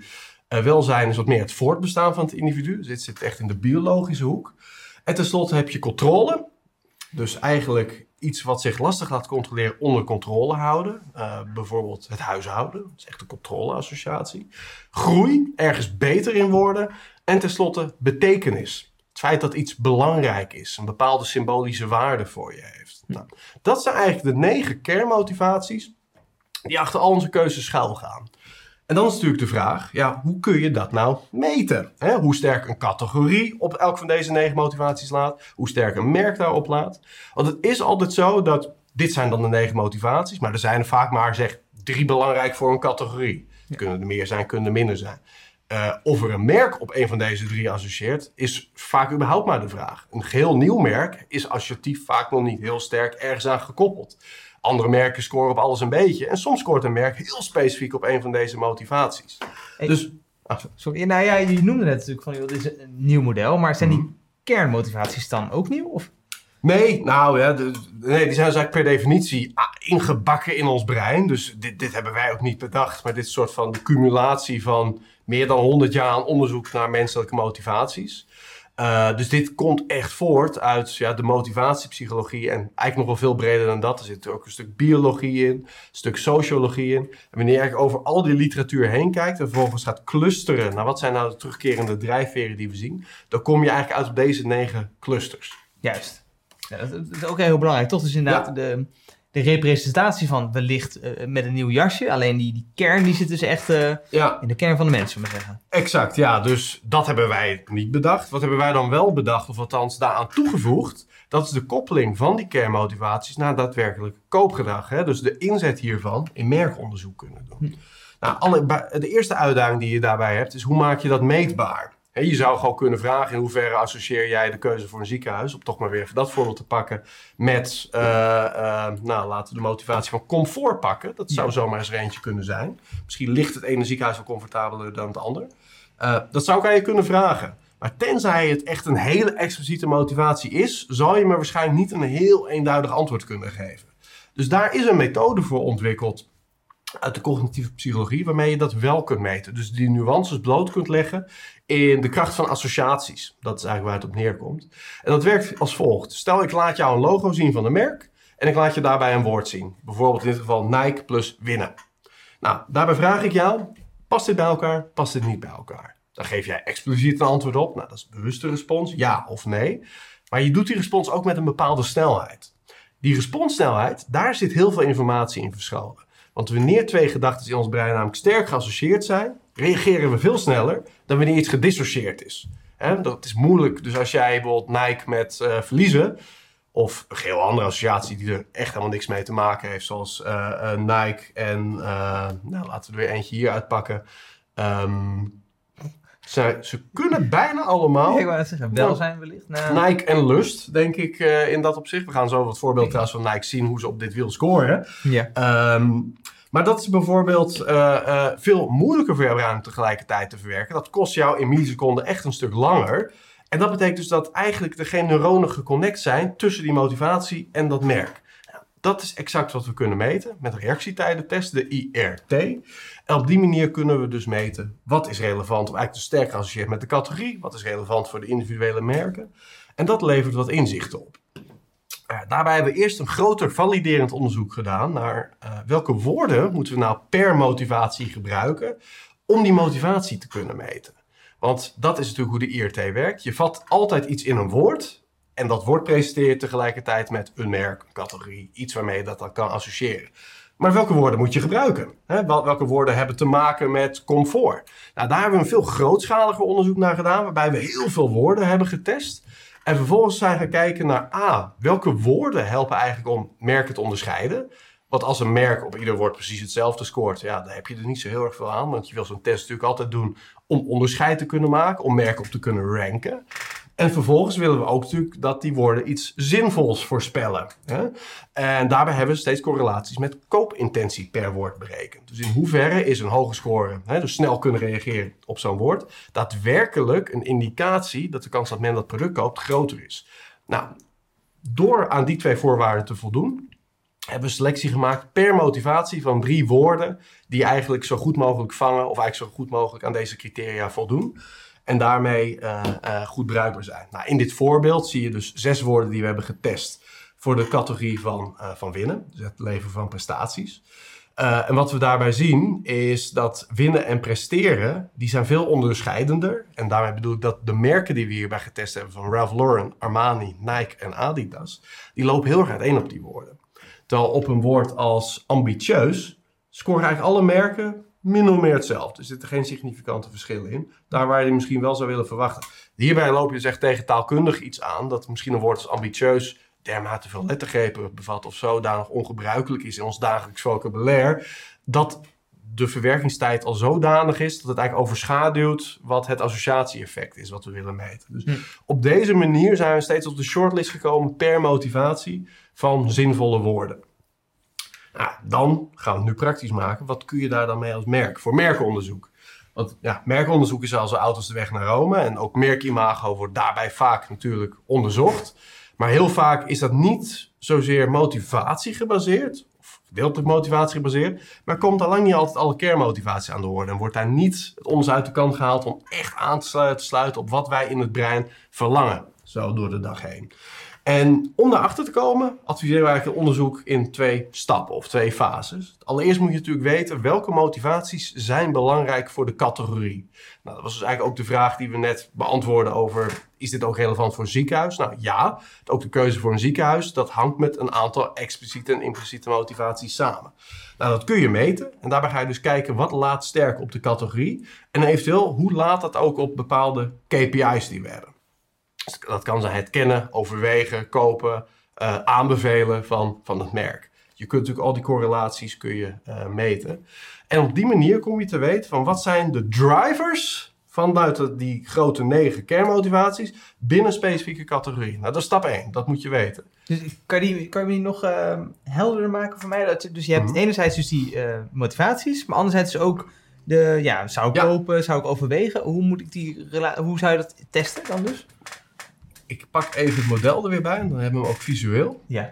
Welzijn is wat meer het voortbestaan van het individu. Dus dit zit echt in de biologische hoek. En tenslotte heb je controle. Dus eigenlijk iets wat zich lastig laat controleren onder controle houden. Bijvoorbeeld het huishouden. Dat is echt een controleassociatie. Groei, ergens beter in worden. En tenslotte betekenis. Het feit dat iets belangrijk is. Een bepaalde symbolische waarde voor je heeft. Nou, dat zijn eigenlijk de 9 kernmotivaties die achter al onze keuzes schuil gaan. En dan is natuurlijk de vraag, hoe kun je dat nou meten? Hoe sterk een categorie op elk van deze 9 motivaties laat. Hoe sterk een merk daarop laat. Want het is altijd zo dat, dit zijn dan de 9 motivaties. Maar er zijn er vaak maar 3 belangrijk voor een categorie. Het kunnen er meer zijn, kunnen er minder zijn. Of er een merk op een van deze 3 associeert, is vaak überhaupt maar de vraag. Een geheel nieuw merk is associatief vaak nog niet heel sterk ergens aan gekoppeld. Andere merken scoren op alles een beetje. En soms scoort een merk heel specifiek op een van deze motivaties. Sorry, je noemde net natuurlijk van, dit is een nieuw model. Maar zijn die kernmotivaties dan ook nieuw? Of? Nee, die zijn dus eigenlijk per definitie ingebakken in ons brein. Dus dit hebben wij ook niet bedacht. Maar dit is een soort van de cumulatie van meer dan 100 jaar aan onderzoek naar menselijke motivaties. Dus dit komt echt voort uit de motivatiepsychologie en eigenlijk nog wel veel breder dan dat. Er zit ook een stuk biologie in, een stuk sociologie in. En wanneer je eigenlijk over al die literatuur heen kijkt en vervolgens gaat clusteren naar wat zijn nou de terugkerende drijfveren die we zien, dan kom je eigenlijk uit op deze 9 clusters. Juist. Ja, dat is ook heel belangrijk, toch? Dus inderdaad de representatie van wellicht met een nieuw jasje. Alleen die kern die zit dus echt in de kern van de mensen, zullen we maar zeggen. Exact, ja. Dus dat hebben wij niet bedacht. Wat hebben wij dan wel bedacht, of althans daaraan toegevoegd? Dat is de koppeling van die kernmotivaties naar daadwerkelijk koopgedrag. Hè? Dus de inzet hiervan in merkonderzoek kunnen doen. Nou, de eerste uitdaging die je daarbij hebt is, hoe maak je dat meetbaar? Je zou gewoon kunnen vragen, in hoeverre associeer jij de keuze voor een ziekenhuis, om toch maar weer even dat voorbeeld te pakken, met, laten we de motivatie van comfort pakken. Dat zou zomaar eens er eentje kunnen zijn. Misschien ligt het ene ziekenhuis wel comfortabeler dan het ander. Dat zou ik aan je kunnen vragen. Maar tenzij het echt een hele expliciete motivatie is, zal je me waarschijnlijk niet een heel eenduidig antwoord kunnen geven. Dus daar is een methode voor ontwikkeld uit de cognitieve psychologie, waarmee je dat wel kunt meten. Dus die nuances bloot kunt leggen in de kracht van associaties. Dat is eigenlijk waar het op neerkomt. En dat werkt als volgt. Stel, ik laat jou een logo zien van een merk en ik laat je daarbij een woord zien. Bijvoorbeeld in dit geval Nike plus winnen. Nou, daarbij vraag ik jou, past dit bij elkaar, past dit niet bij elkaar? Dan geef jij expliciet een antwoord op. Nou, dat is een bewuste respons, ja of nee. Maar je doet die respons ook met een bepaalde snelheid. Die responssnelheid, daar zit heel veel informatie in verscholen. Want wanneer 2 gedachten in ons brein namelijk sterk geassocieerd zijn, reageren we veel sneller dan wanneer iets gedissocieerd is. Dat is moeilijk. Dus als jij bijvoorbeeld Nike met verliezen, of een heel andere associatie die er echt helemaal niks mee te maken heeft, zoals Nike en, laten we er weer eentje hier uitpakken. Ze kunnen bijna allemaal. Ik wou net zeggen, welzijn wellicht. Nike en lust, denk ik, in dat opzicht. We gaan zo wat voorbeelden trouwens van Nike zien hoe ze op dit wiel scoren. Ja. Maar dat is bijvoorbeeld veel moeilijker voor jouw brein tegelijkertijd te verwerken. Dat kost jou in milliseconden echt een stuk langer. En dat betekent dus dat eigenlijk er geen neuronen geconnect zijn tussen die motivatie en dat merk. Dat is exact wat we kunnen meten met een reactietijdentest, de IRT. En op die manier kunnen we dus meten wat is relevant, of eigenlijk dus sterk geassocieerd met de categorie. Wat is relevant voor de individuele merken. En dat levert wat inzichten op. Daarbij hebben we eerst een groter validerend onderzoek gedaan naar welke woorden moeten we nou per motivatie gebruiken om die motivatie te kunnen meten. Want dat is natuurlijk hoe de IRT werkt. Je vat altijd iets in een woord en dat woord presenteer je tegelijkertijd met een merk, een categorie, iets waarmee je dat dan kan associëren. Maar welke woorden moet je gebruiken? Welke woorden hebben te maken met comfort? Nou, daar hebben we een veel grootschaliger onderzoek naar gedaan, waarbij we heel veel woorden hebben getest. En vervolgens zijn we gaan kijken naar welke woorden helpen eigenlijk om merken te onderscheiden. Want als een merk op ieder woord precies hetzelfde scoort, dan heb je er niet zo heel erg veel aan. Want je wil zo'n test natuurlijk altijd doen om onderscheid te kunnen maken, om merken op te kunnen ranken. En vervolgens willen we ook natuurlijk dat die woorden iets zinvols voorspellen. En daarbij hebben we steeds correlaties met koopintentie per woord berekend. Dus in hoeverre is een hoge score, dus snel kunnen reageren op zo'n woord, daadwerkelijk een indicatie dat de kans dat men dat product koopt groter is. Nou, door aan die 2 voorwaarden te voldoen, hebben we selectie gemaakt per motivatie van 3 woorden die eigenlijk zo goed mogelijk vangen of eigenlijk zo goed mogelijk aan deze criteria voldoen. En daarmee goed bruikbaar zijn. Nou, in dit voorbeeld zie je dus 6 woorden die we hebben getest voor de categorie van winnen. Dus het leveren van prestaties. En wat we daarbij zien is dat winnen en presteren, die zijn veel onderscheidender. En daarmee bedoel ik dat de merken die we hierbij getest hebben van Ralph Lauren, Armani, Nike en Adidas, die lopen heel erg uiteen op die woorden. Terwijl op een woord als ambitieus scoren eigenlijk alle merken min of meer hetzelfde. Er zitten geen significante verschillen in. Daar waar je misschien wel zou willen verwachten. Hierbij loop je dus echt tegen taalkundig iets aan. Dat misschien een woord als ambitieus dermate veel lettergrepen bevat of zodanig ongebruikelijk is in ons dagelijks vocabulaire, dat de verwerkingstijd al zodanig is dat het eigenlijk overschaduwt wat het associatie-effect is wat we willen meten. Dus op deze manier zijn we steeds op de shortlist gekomen per motivatie van zinvolle woorden. Nou, dan gaan we het nu praktisch maken. Wat kun je daar dan mee als merk? Voor merkenonderzoek. Want ja, merkenonderzoek is al zo oud als de weg naar Rome. En ook merkimago wordt daarbij vaak natuurlijk onderzocht. Maar heel vaak is dat niet zozeer motivatie gebaseerd. Of gedeeltelijk motivatie gebaseerd. Maar komt al lang niet altijd alle kernmotivatie aan de orde. En wordt daar niet het ons uit de kant gehaald om echt aan te sluiten op wat wij in het brein verlangen. Zo door de dag heen. En om daarachter te komen, adviseren we eigenlijk een onderzoek in 2 stappen of 2 fases. Allereerst moet je natuurlijk weten welke motivaties zijn belangrijk voor de categorie. Nou, dat was dus eigenlijk ook de vraag die we net beantwoorden over, is dit ook relevant voor een ziekenhuis? Nou ja, ook de keuze voor een ziekenhuis, dat hangt met een aantal expliciete en impliciete motivaties samen. Nou, dat kun je meten en daarbij ga je dus kijken wat laat sterk op de categorie en eventueel hoe laat dat ook op bepaalde KPI's die we hebben. Dat kan zijn het kennen, overwegen, kopen, aanbevelen van het merk. Je kunt natuurlijk al die correlaties meten. En op die manier kom je te weten van wat zijn de drivers vanuit die grote 9 kernmotivaties binnen een specifieke categorie. Nou, dat is stap 1. Dat moet je weten. Dus kan je die nog helderder maken voor mij? Dus je hebt enerzijds dus die motivaties, maar anderzijds dus ook zou ik kopen, zou ik overwegen? Hoe zou je dat testen dan dus? Ik pak even het model er weer bij en dan hebben we hem ook visueel. Ja.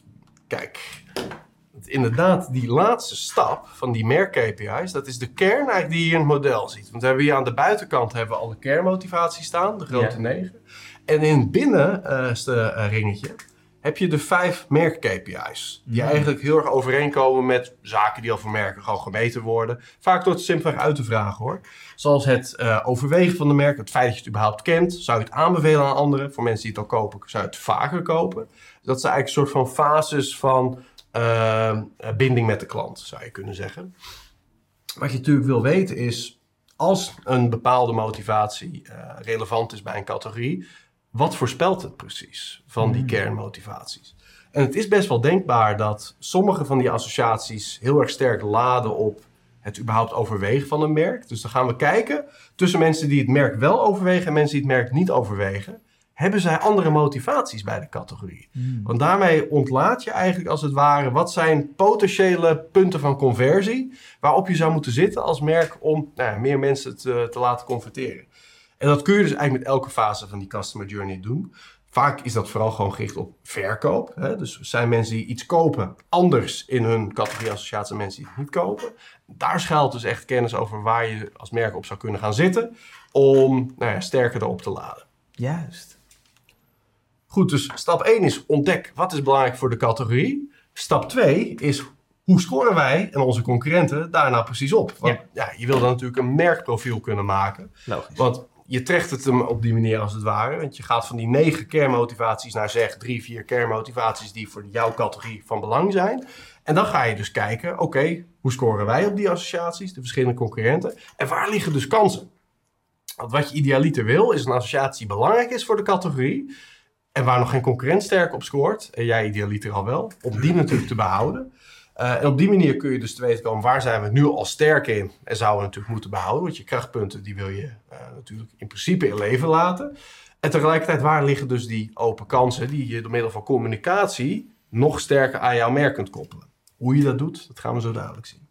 Kijk, inderdaad die laatste stap van die merk-KPI's, dat is de kern eigenlijk die je in het model ziet. Want we hebben hier aan de buitenkant hebben we alle kernmotivaties staan, de grote 9. En in het binnenste ringetje heb je de 5 merk-KPI's. Die eigenlijk heel erg overeenkomen met zaken die al voor merken gewoon gemeten worden. Vaak door het simpelweg uit te vragen hoor. Zoals het overwegen van de merk, het feit dat je het überhaupt kent. Zou je het aanbevelen aan anderen? Voor mensen die het al kopen, zou je het vaker kopen? Dat zijn eigenlijk een soort van fases van binding met de klant, zou je kunnen zeggen. Wat je natuurlijk wil weten is, als een bepaalde motivatie relevant is bij een categorie, wat voorspelt het precies van die kernmotivaties? En het is best wel denkbaar dat sommige van die associaties heel erg sterk laden op het überhaupt overwegen van een merk. Dus dan gaan we kijken tussen mensen die het merk wel overwegen en mensen die het merk niet overwegen. Hebben zij andere motivaties bij de categorie? Want daarmee ontlaat je eigenlijk als het ware wat zijn potentiële punten van conversie waarop je zou moeten zitten als merk om meer mensen te laten converteren. En dat kun je dus eigenlijk met elke fase van die customer journey doen. Vaak is dat vooral gewoon gericht op verkoop. Hè? Dus zijn mensen die iets kopen anders in hun categorie associatie dan mensen die het niet kopen. Daar schuilt dus echt kennis over waar je als merk op zou kunnen gaan zitten om sterker erop te laden. Juist. Goed, dus stap 1 is ontdek wat is belangrijk voor de categorie. Stap 2 is hoe scoren wij en onze concurrenten daar nou precies op? Want je wil dan natuurlijk een merkprofiel kunnen maken. Logisch. Want je trekt het hem op die manier als het ware. Want je gaat van die 9 kernmotivaties naar 3, 4 kernmotivaties die voor jouw categorie van belang zijn. En dan ga je dus kijken, oké, hoe scoren wij op die associaties, de verschillende concurrenten? En waar liggen dus kansen? Want wat je idealiter wil, is een associatie die belangrijk is voor de categorie. En waar nog geen concurrent sterk op scoort, en jij idealiter al wel, om die natuurlijk te behouden. En op die manier kun je dus te weten komen waar zijn we nu al sterk in en zouden we natuurlijk moeten behouden. Want je krachtpunten die wil je natuurlijk in principe in leven laten. En tegelijkertijd waar liggen dus die open kansen die je door middel van communicatie nog sterker aan jouw merk kunt koppelen. Hoe je dat doet, dat gaan we zo dadelijk zien.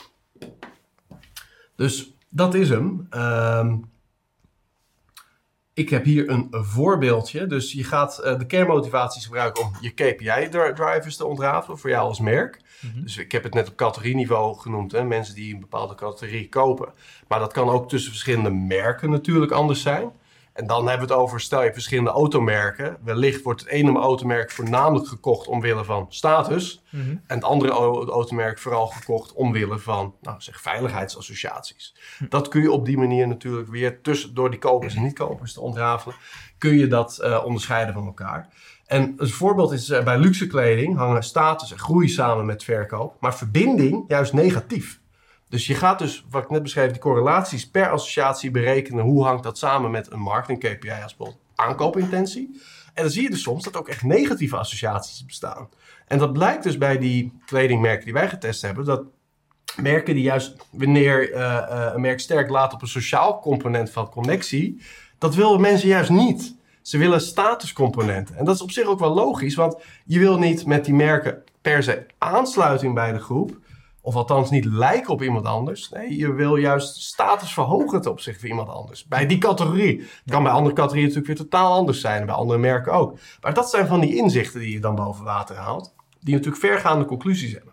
Dus dat is hem. Ik heb hier een voorbeeldje. Dus je gaat de kernmotivaties gebruiken om je KPI-drivers te ontrafelen voor jou als merk. Mm-hmm. Dus ik heb het net op categorieniveau genoemd. Hè? Mensen die een bepaalde categorie kopen. Maar dat kan ook tussen verschillende merken natuurlijk anders zijn. En dan hebben we het over, stel je verschillende automerken. Wellicht wordt het ene automerk voornamelijk gekocht omwille van status. Mm-hmm. En het andere automerk vooral gekocht omwille van veiligheidsassociaties. Mm-hmm. Dat kun je op die manier natuurlijk weer door die kopers en niet-kopers te ontrafelen. Kun je dat onderscheiden van elkaar. En een voorbeeld is bij luxe kleding hangen status en groei samen met verkoop. Maar verbinding juist negatief. Dus je gaat dus, wat ik net beschreef, die correlaties per associatie berekenen. Hoe hangt dat samen met een marketing KPI als bijvoorbeeld aankoopintentie? En dan zie je dus soms dat ook echt negatieve associaties bestaan. En dat blijkt dus bij die kledingmerken die wij getest hebben. Dat merken die juist wanneer een merk sterk laat op een sociaal component van connectie. Dat willen mensen juist niet. Ze willen statuscomponenten. En dat is op zich ook wel logisch. Want je wil niet met die merken per se aansluiting bij de groep. Of althans niet lijken op iemand anders. Nee, je wil juist status verhogen ten opzichte van iemand anders. Bij die categorie. Het kan bij andere categorieën natuurlijk weer totaal anders zijn. En bij andere merken ook. Maar dat zijn van die inzichten die je dan boven water haalt. Die natuurlijk vergaande conclusies hebben.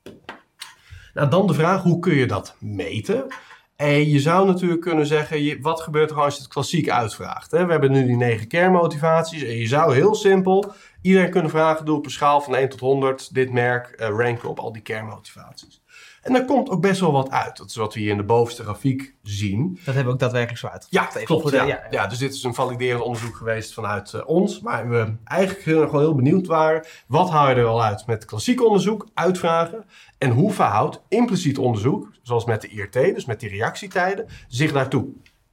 Nou, dan de vraag, hoe kun je dat meten? En je zou natuurlijk kunnen zeggen, wat gebeurt er als je het klassiek uitvraagt? Hè? We hebben nu die 9 kernmotivaties. En je zou heel simpel iedereen kunnen vragen, doe op een schaal van 1 tot 100 dit merk ranken op al die kernmotivaties. En daar komt ook best wel wat uit. Dat is wat we hier in de bovenste grafiek zien. Dat hebben we ook daadwerkelijk zo uitgevoerd. Ja, klopt. Ja, dus dit is een validerend onderzoek geweest vanuit ons. Maar we eigenlijk gewoon heel benieuwd waren. Wat haal je er al uit met klassiek onderzoek, uitvragen? En hoe verhoudt impliciet onderzoek, zoals met de IRT, dus met die reactietijden, zich daartoe?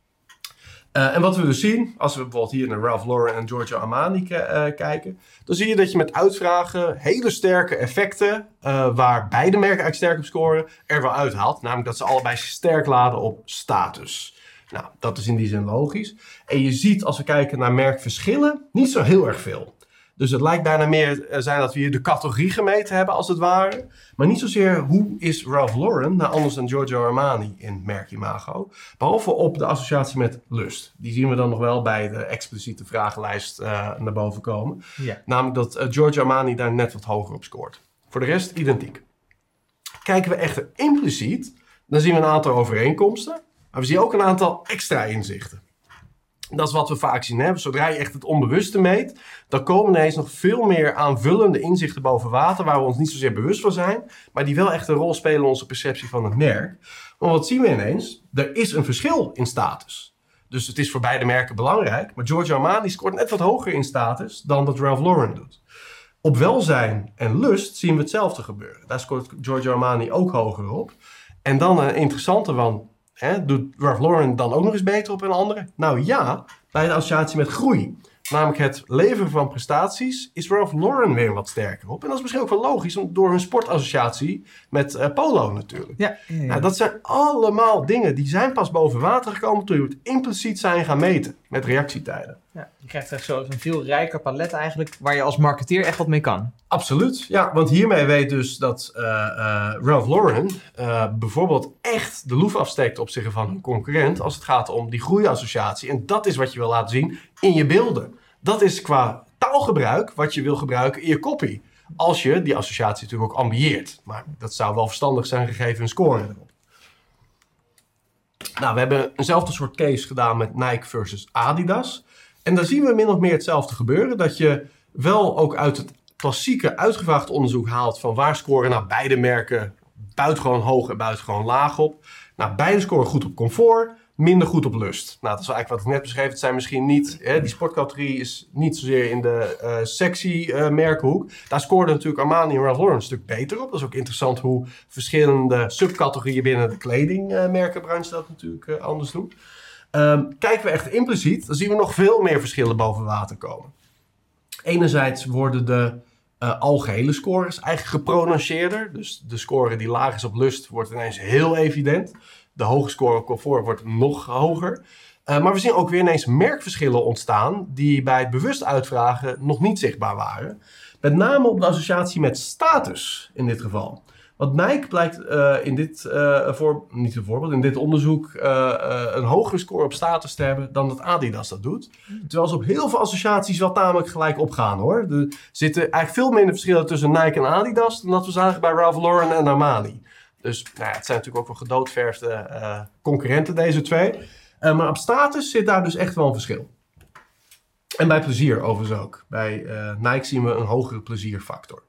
En wat we dus zien, als we bijvoorbeeld hier naar Ralph Lauren en Giorgio Armani kijken, dan zie je dat je met uitvragen hele sterke effecten, waar beide merken eigenlijk sterk op scoren, er wel uithaalt. Namelijk dat ze allebei sterk laden op status. Nou, dat is in die zin logisch. En je ziet, als we kijken naar merkverschillen, niet zo heel erg veel. Dus het lijkt bijna meer zijn dat we hier de categorie gemeten hebben, als het ware. Maar niet zozeer hoe is Ralph Lauren nou anders dan Giorgio Armani in merkimago. Behalve op de associatie met lust. Die zien we dan nog wel bij de expliciete vragenlijst naar boven komen. Ja. Namelijk dat Giorgio Armani daar net wat hoger op scoort. Voor de rest identiek. Kijken we echter impliciet, dan zien we een aantal overeenkomsten. Maar we zien ook een aantal extra inzichten. Dat is wat we vaak zien. Hè? Zodra je echt het onbewuste meet, dan komen ineens nog veel meer aanvullende inzichten boven water, waar we ons niet zozeer bewust van zijn, maar die wel echt een rol spelen in onze perceptie van het merk. Maar wat zien we ineens? Er is een verschil in status. Dus het is voor beide merken belangrijk, maar Giorgio Armani scoort net wat hoger in status dan dat Ralph Lauren doet. Op welzijn en lust zien we hetzelfde gebeuren. Daar scoort Giorgio Armani ook hoger op. En dan een interessante van, doet Ralph Lauren dan ook nog eens beter op een andere? Nou ja, bij de associatie met groei. Namelijk het leveren van prestaties is Ralph Lauren weer wat sterker op. En dat is misschien ook wel logisch, door hun sportassociatie met polo natuurlijk. Ja. Nou, dat zijn allemaal dingen die zijn pas boven water gekomen toen we het impliciet zijn gaan meten met reactietijden. Ja, je krijgt echt zo'n veel rijker palet eigenlijk, waar je als marketeer echt wat mee kan. Absoluut, ja, want hiermee weet dus dat Ralph Lauren bijvoorbeeld echt de loef afsteekt op zich van een concurrent als het gaat om die groeiassociatie. En dat is wat je wil laten zien in je beelden. Dat is qua taalgebruik wat je wil gebruiken in je copy. Als je die associatie natuurlijk ook ambieert. Maar dat zou wel verstandig zijn gegeven een score erop. Nou, we hebben eenzelfde soort case gedaan met Nike versus Adidas. En daar zien we min of meer hetzelfde gebeuren. Dat je wel ook uit het klassieke uitgevraagd onderzoek haalt van waar scoren nou beide merken buitengewoon hoog en buitengewoon laag op. Nou, beide scoren goed op comfort, minder goed op lust. Nou, dat is eigenlijk wat ik net beschreef. Het zijn misschien niet, die sportcategorie is niet zozeer in de sexy merkenhoek. Daar scoorden natuurlijk Armani en Ralph Lauren een stuk beter op. Dat is ook interessant hoe verschillende subcategorieën binnen de kledingmerkenbranche dat natuurlijk anders doen. Kijken we echt impliciet, dan zien we nog veel meer verschillen boven water komen. Enerzijds worden de algehele scores eigenlijk geprononceerder. Dus de score die laag is op lust wordt ineens heel evident. De hoge score op comfort wordt nog hoger. Maar we zien ook weer ineens merkverschillen ontstaan die bij het bewust uitvragen nog niet zichtbaar waren. Met name op de associatie met status in dit geval. Want Nike blijkt in dit onderzoek een hogere score op status te hebben dan dat Adidas dat doet. Terwijl ze op heel veel associaties wel tamelijk gelijk opgaan hoor. Er zitten eigenlijk veel minder verschillen tussen Nike en Adidas dan dat we zagen bij Ralph Lauren en Armani. Dus het zijn natuurlijk ook wel gedoodverfde concurrenten deze twee. Maar op status zit daar dus echt wel een verschil. En bij plezier overigens ook. Bij Nike zien we een hogere plezierfactor.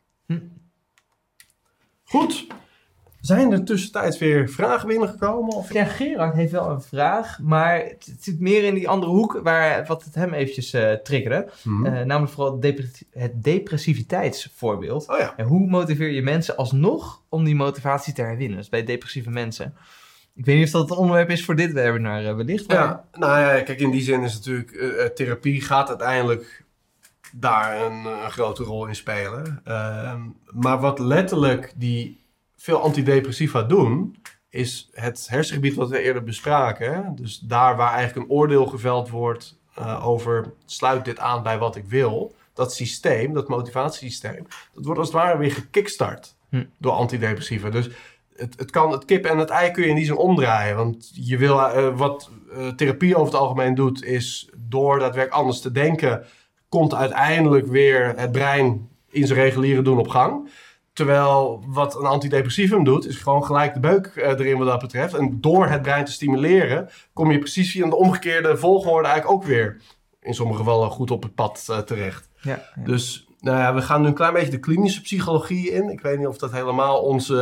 Goed. Zijn er tussentijds weer vragen binnengekomen? Of? Ja, Gerard heeft wel een vraag, maar het zit meer in die andere hoek wat het hem eventjes triggerde. Namelijk vooral het depressiviteitsvoorbeeld. Oh ja. En hoe motiveer je mensen alsnog om die motivatie te herwinnen? Dus bij depressieve mensen. Ik weet niet of dat het onderwerp is voor dit webinar wellicht. Maar... Ja, nou ja, kijk, in die zin is natuurlijk therapie gaat uiteindelijk daar een grote rol in spelen. Maar wat letterlijk die veel antidepressiva doen, is het hersengebied wat we eerder bespraken. Dus daar waar eigenlijk een oordeel geveld wordt over sluit dit aan bij wat ik wil. Dat systeem, dat motivatiesysteem, dat wordt als het ware weer gekickstart door antidepressiva. Dus het kip en het ei kun je in die zin omdraaien. Want je wil, wat therapie over het algemeen doet, is door daadwerkelijk anders te denken, komt uiteindelijk weer het brein in zijn reguliere doen op gang. Terwijl wat een antidepressivum doet, is gewoon gelijk de beuk erin wat dat betreft. En door het brein te stimuleren, kom je precies via de omgekeerde volgorde eigenlijk ook weer in sommige gevallen goed op het pad terecht. Ja. Dus nou ja, we gaan nu een klein beetje de klinische psychologie in. Ik weet niet of dat helemaal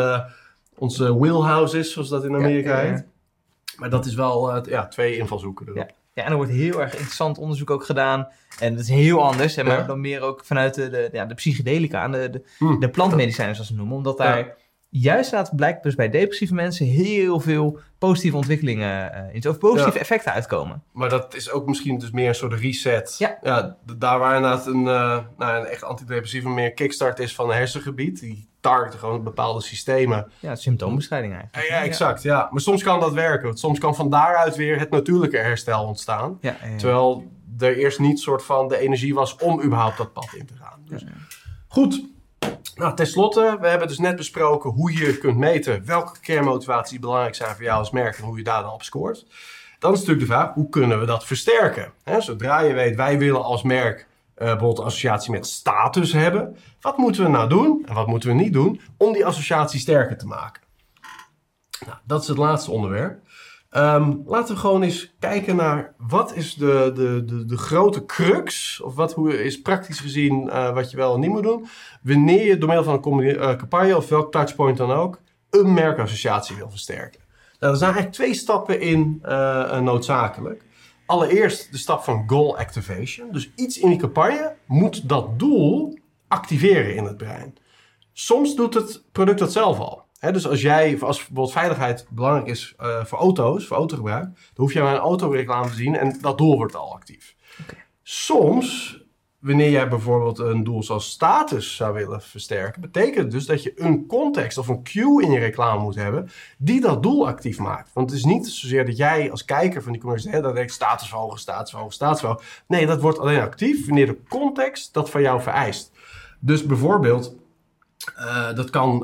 onze wheelhouse is, zoals dat in Amerika heet. Maar dat is wel 2 invalshoeken erop. Ja, en er wordt heel erg interessant onderzoek ook gedaan. En dat is heel anders, maar dan meer ook vanuit de psychedelica, de plantmedicijnen zoals ze noemen. Omdat daar juist blijkt dus bij depressieve mensen heel veel positieve ontwikkelingen of positieve effecten uitkomen. Maar dat is ook misschien dus meer een soort reset. Ja, daar waar inderdaad een echt antidepressieve meer kickstart is van een hersengebied. Die targeten gewoon bepaalde systemen. Ja, symptoombestrijding eigenlijk. Ja, exact. Ja. Maar soms kan dat werken. Want soms kan van daaruit weer het natuurlijke herstel ontstaan. Ja. Terwijl er eerst niet soort van de energie was om überhaupt dat pad in te gaan. Dus. Goed. Nou, tenslotte, we hebben dus net besproken hoe je kunt meten welke kernmotivaties belangrijk zijn voor jou als merk en hoe je daar dan op scoort. Dan is natuurlijk de vraag, hoe kunnen we dat versterken? Zodra je weet, wij willen als merk bijvoorbeeld een associatie met status hebben. Wat moeten we nou doen en wat moeten we niet doen om die associatie sterker te maken? Nou, dat is het laatste onderwerp. Laten we gewoon eens kijken naar wat is de grote crux, of hoe is praktisch gezien wat je wel en niet moet doen, wanneer je door middel van een campagne of welk touchpoint dan ook een merkassociatie wil versterken. Nou, er zijn eigenlijk 2 stappen in noodzakelijk. Allereerst de stap van goal activation. Dus iets in die campagne moet dat doel activeren in het brein. Soms doet het product dat zelf al. Dus als bijvoorbeeld veiligheid belangrijk is voor auto's, voor autogebruik, dan hoef je maar een autoreclame te zien en dat doel wordt al actief. Okay. Soms, wanneer jij bijvoorbeeld een doel zoals status zou willen versterken, betekent het dus dat je een context of een cue in je reclame moet hebben die dat doel actief maakt. Want het is niet zozeer dat jij als kijker van die commercie, dat denkt status verhogen, status verhogen, status verhogen. Nee, dat wordt alleen actief wanneer de context dat van jou vereist. Dus bijvoorbeeld, dat kan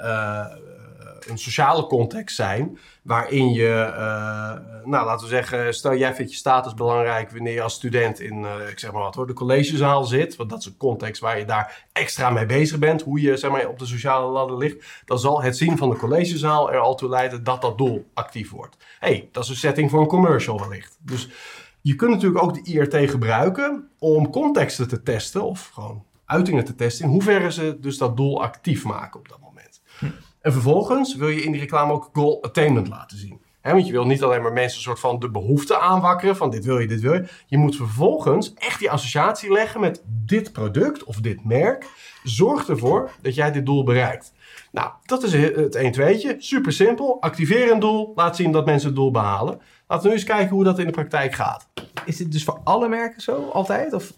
een sociale context zijn waarin je, laten we zeggen, stel jij vindt je status belangrijk wanneer je als student in, de collegezaal zit, want dat is een context waar je daar extra mee bezig bent, hoe je op de sociale ladder ligt, dan zal het zien van de collegezaal er al toe leiden dat dat doel actief wordt. Dat is een setting voor een commercial wellicht. Dus je kunt natuurlijk ook de IRT gebruiken om contexten te testen of gewoon uitingen te testen in hoeverre ze dus dat doel actief maken op dat moment. En vervolgens wil je in die reclame ook goal attainment laten zien. Want je wil niet alleen maar mensen een soort van de behoefte aanwakkeren van dit wil je, dit wil je. Je moet vervolgens echt die associatie leggen met dit product of dit merk. Zorg ervoor dat jij dit doel bereikt. Nou, dat is het 1-2'tje. Super simpel. Activeer een doel. Laat zien dat mensen het doel behalen. Laten we nu eens kijken hoe dat in de praktijk gaat. Is dit dus voor alle merken zo? Altijd? Of?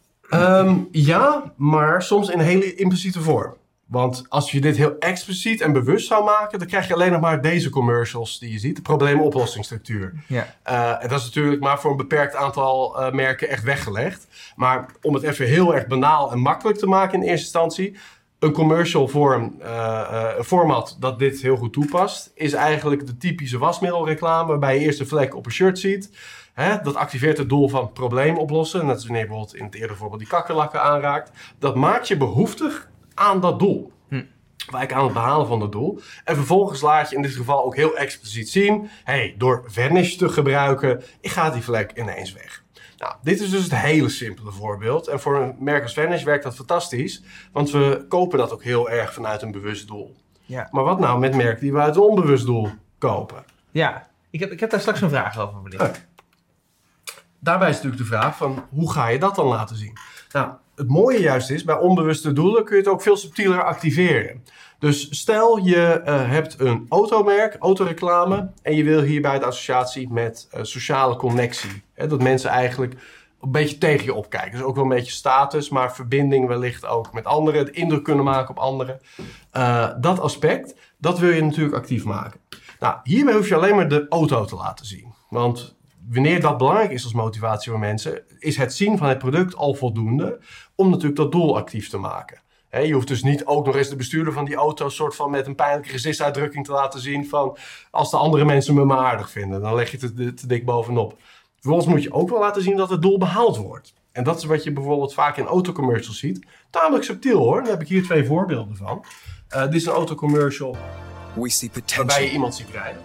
Ja, maar soms in een hele impliciete vorm. Want als je dit heel expliciet en bewust zou maken, dan krijg je alleen nog maar deze commercials die je ziet. De probleemoplossingsstructuur. Ja. En dat is natuurlijk maar voor een beperkt aantal merken echt weggelegd. Maar om het even heel erg banaal en makkelijk te maken in eerste instantie. Een commercial format dat dit heel goed toepast, is eigenlijk de typische wasmiddelreclame, waarbij je eerst een vlek op een shirt ziet. Dat activeert het doel van probleem oplossen. Net als wanneer je bijvoorbeeld in het eerder voorbeeld die kakkerlakken aanraakt. Dat maakt je behoeftig aan dat doel. Wijk aan het behalen van dat doel. En vervolgens laat je in dit geval ook heel expliciet zien, door Vanish te gebruiken, gaat die vlek ineens weg. Nou, dit is dus het hele simpele voorbeeld. En voor een merk als Vanish werkt dat fantastisch. Want we kopen dat ook heel erg vanuit een bewust doel. Ja. Maar wat nou met merken die we uit een onbewust doel kopen? Ja, ik heb daar straks een vraag over wellicht. Daarbij is natuurlijk de vraag van, hoe ga je dat dan laten zien? Nou, het mooie juist is, bij onbewuste doelen kun je het ook veel subtieler activeren. Dus stel je hebt een automerk, autoreclame, en je wil hierbij de associatie met sociale connectie. Dat mensen eigenlijk een beetje tegen je opkijken. Dus ook wel een beetje status, maar verbinding wellicht ook met anderen. De indruk kunnen maken op anderen. Dat aspect, dat wil je natuurlijk actief maken. Nou, hiermee hoef je alleen maar de auto te laten zien. Want wanneer dat belangrijk is als motivatie voor mensen, is het zien van het product al voldoende om natuurlijk dat doel actief te maken. Je hoeft dus niet ook nog eens de bestuurder van die auto soort van met een pijnlijke gezichtsuitdrukking te laten zien van, als de andere mensen me maar aardig vinden, dan leg je het te dik bovenop. Vervolgens moet je ook wel laten zien dat het doel behaald wordt. En dat is wat je bijvoorbeeld vaak in autocommercials ziet. Tamelijk subtiel hoor, daar heb ik hier 2 voorbeelden van. Dit is een autocommercial waarbij je iemand ziet rijden.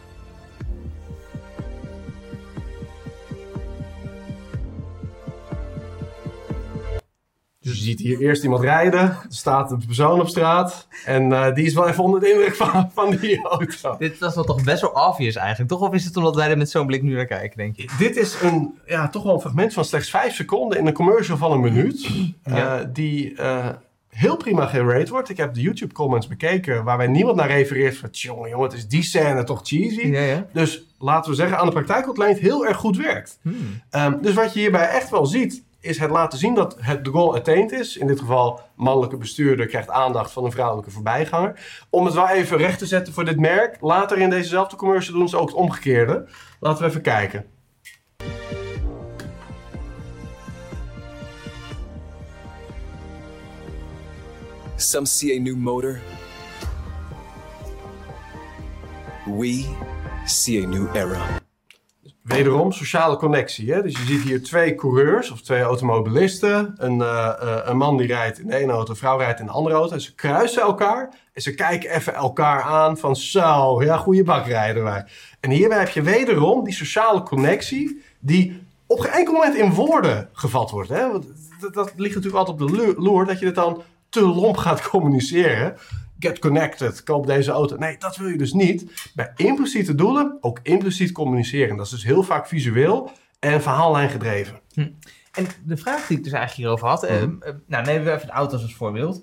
Dus je ziet hier eerst iemand rijden, er staat een persoon op straat en die is wel even onder de indruk van die auto. Dit was wel toch best wel obvious eigenlijk, toch? Of is het omdat wij er met zo'n blik nu naar kijken, denk je? Dit is toch wel een fragment van slechts 5 seconden in een commercial van een minuut, die heel prima gerate wordt. Ik heb de YouTube comments bekeken waarbij niemand naar refereert van, jongen, het is die scène toch cheesy. Ja. Dus laten we zeggen, aan de praktijk ontleend heel erg goed werkt. Dus wat je hierbij echt wel ziet, is het laten zien dat de goal attained is. In dit geval, mannelijke bestuurder krijgt aandacht van een vrouwelijke voorbijganger. Om het wel even recht te zetten voor dit merk, later in dezezelfde commercial doen ze ook het omgekeerde. Laten we even kijken. Some see a new motor. We see a new era. Wederom sociale connectie. Hè? Dus je ziet hier 2 coureurs of 2 automobilisten. Een man die rijdt in de ene auto, een vrouw rijdt in de andere auto. En ze kruisen elkaar en ze kijken even elkaar aan van zo, ja, goede bak rijden wij. En hierbij heb je wederom die sociale connectie die op geen enkel moment in woorden gevat wordt. Hè? Want dat ligt natuurlijk altijd op de loer dat je het dan te lomp gaat communiceren. Get connected, koop deze auto. Nee, dat wil je dus niet. Bij impliciete doelen ook impliciet communiceren. Dat is dus heel vaak visueel en verhaallijn gedreven. En de vraag die ik dus eigenlijk hierover had, nemen we even de auto's als voorbeeld.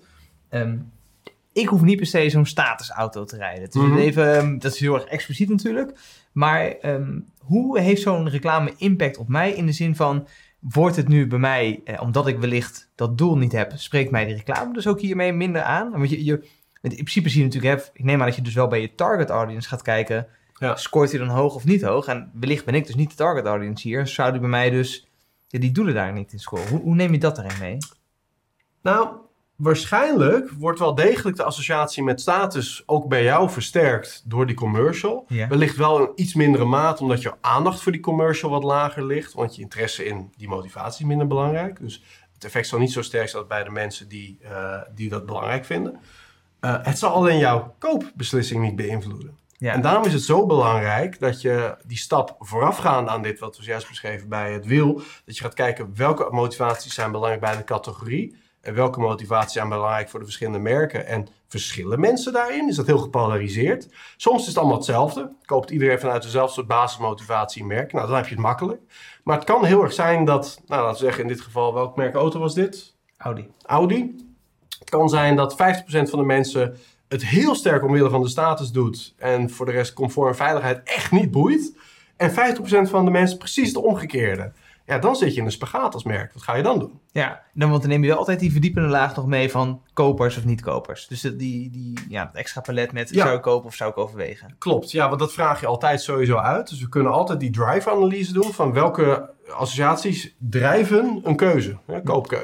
Ik hoef niet per se zo'n statusauto te rijden. Dus dat is heel erg expliciet natuurlijk. Maar hoe heeft zo'n reclame impact op mij in de zin van, wordt het nu bij mij, omdat ik wellicht dat doel niet heb, spreekt mij die reclame dus ook hiermee minder aan? Want in principe zie je natuurlijk, ik neem aan dat je dus wel bij je target audience gaat kijken, scoort hij dan hoog of niet hoog? En wellicht ben ik dus niet de target audience hier, zou die bij mij dus die doelen daar niet in scoren. Hoe neem je dat daarin mee? Nou, waarschijnlijk wordt wel degelijk de associatie met status ook bij jou versterkt door die commercial. Ja. Wellicht wel een iets mindere maat, omdat je aandacht voor die commercial wat lager ligt, want je interesse in die motivatie is minder belangrijk. Dus het effect zal niet zo sterk zijn bij de mensen die dat belangrijk vinden. Het zal alleen jouw koopbeslissing niet beïnvloeden. Ja. En daarom is het zo belangrijk dat je die stap voorafgaand aan dit, wat we juist beschreven bij het wiel, dat je gaat kijken welke motivaties zijn belangrijk bij de categorie en welke motivaties zijn belangrijk voor de verschillende merken. En verschillen mensen daarin? Is dat heel gepolariseerd? Soms is het allemaal hetzelfde. Koopt iedereen vanuit dezelfde soort basismotivatie een merk. Nou, dan heb je het makkelijk. Maar het kan heel erg zijn dat, laten we zeggen in dit geval, welk merk auto was dit? Audi. Het kan zijn dat 50% van de mensen het heel sterk omwille van de status doet en voor de rest comfort en veiligheid echt niet boeit. En 50% van de mensen precies het omgekeerde. Ja, dan zit je in een spagaat als merk. Wat ga je dan doen? Ja, want dan neem je wel altijd die verdiepende laag nog mee van kopers of niet-kopers. Dus het extra palet met zou ik kopen of zou ik overwegen? Klopt, ja, want dat vraag je altijd sowieso uit. Dus we kunnen altijd die drive-analyse doen van welke associaties drijven een keuze, koopkeuze.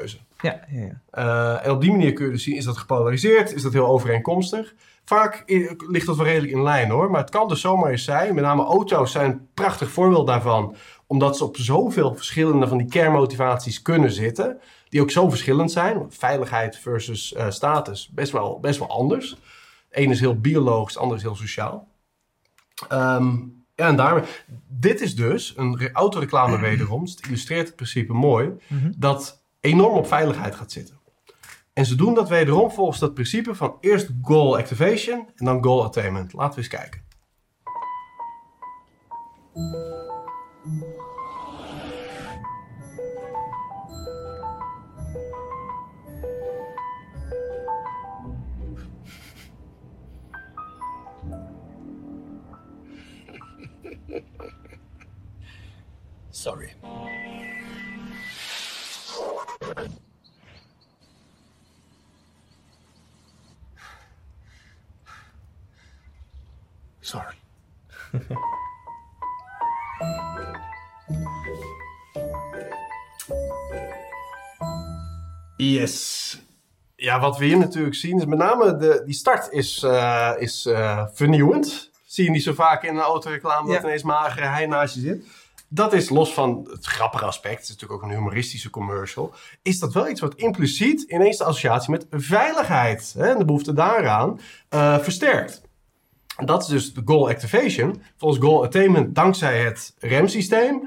Ja. En op die manier kun je dus zien, is dat gepolariseerd? Is dat heel overeenkomstig? Vaak ligt dat wel redelijk in lijn hoor. Maar het kan dus zomaar eens zijn. Met name auto's zijn een prachtig voorbeeld daarvan. Omdat ze op zoveel verschillende van die kernmotivaties kunnen zitten. Die ook zo verschillend zijn. Veiligheid versus status. Best wel anders. Eén is heel biologisch, de ander is heel sociaal. En daarmee, dit is dus een autoreclame wederom. Dus het illustreert het principe mooi. Dat enorm op veiligheid gaat zitten. En ze doen dat wederom volgens dat principe van eerst goal activation en dan goal attainment. Laten we eens kijken. Sorry. Sorry. Yes. Ja, wat we hier natuurlijk zien is met name die start is vernieuwend. Zie je niet zo vaak in een autoreclame dat ineens magere hij naast je zit. Dat is los van het grappige aspect, het is natuurlijk ook een humoristische commercial, is dat wel iets wat impliciet ineens de associatie met veiligheid en de behoefte daaraan versterkt. En dat is dus de goal activation. Volgens goal attainment, dankzij het remsysteem,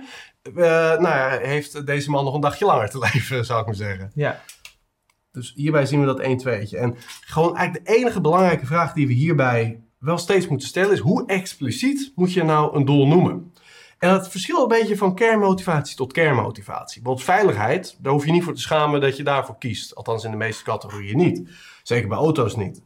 heeft deze man nog een dagje langer te leven, zou ik maar zeggen. Ja. Dus hierbij zien we dat 1-2'tje. En gewoon eigenlijk de enige belangrijke vraag die we hierbij wel steeds moeten stellen is: hoe expliciet moet je nou een doel noemen? En dat verschilt een beetje van kernmotivatie tot kernmotivatie. Bijvoorbeeld veiligheid, daar hoef je niet voor te schamen dat je daarvoor kiest. Althans in de meeste categorieën niet. Zeker bij auto's niet.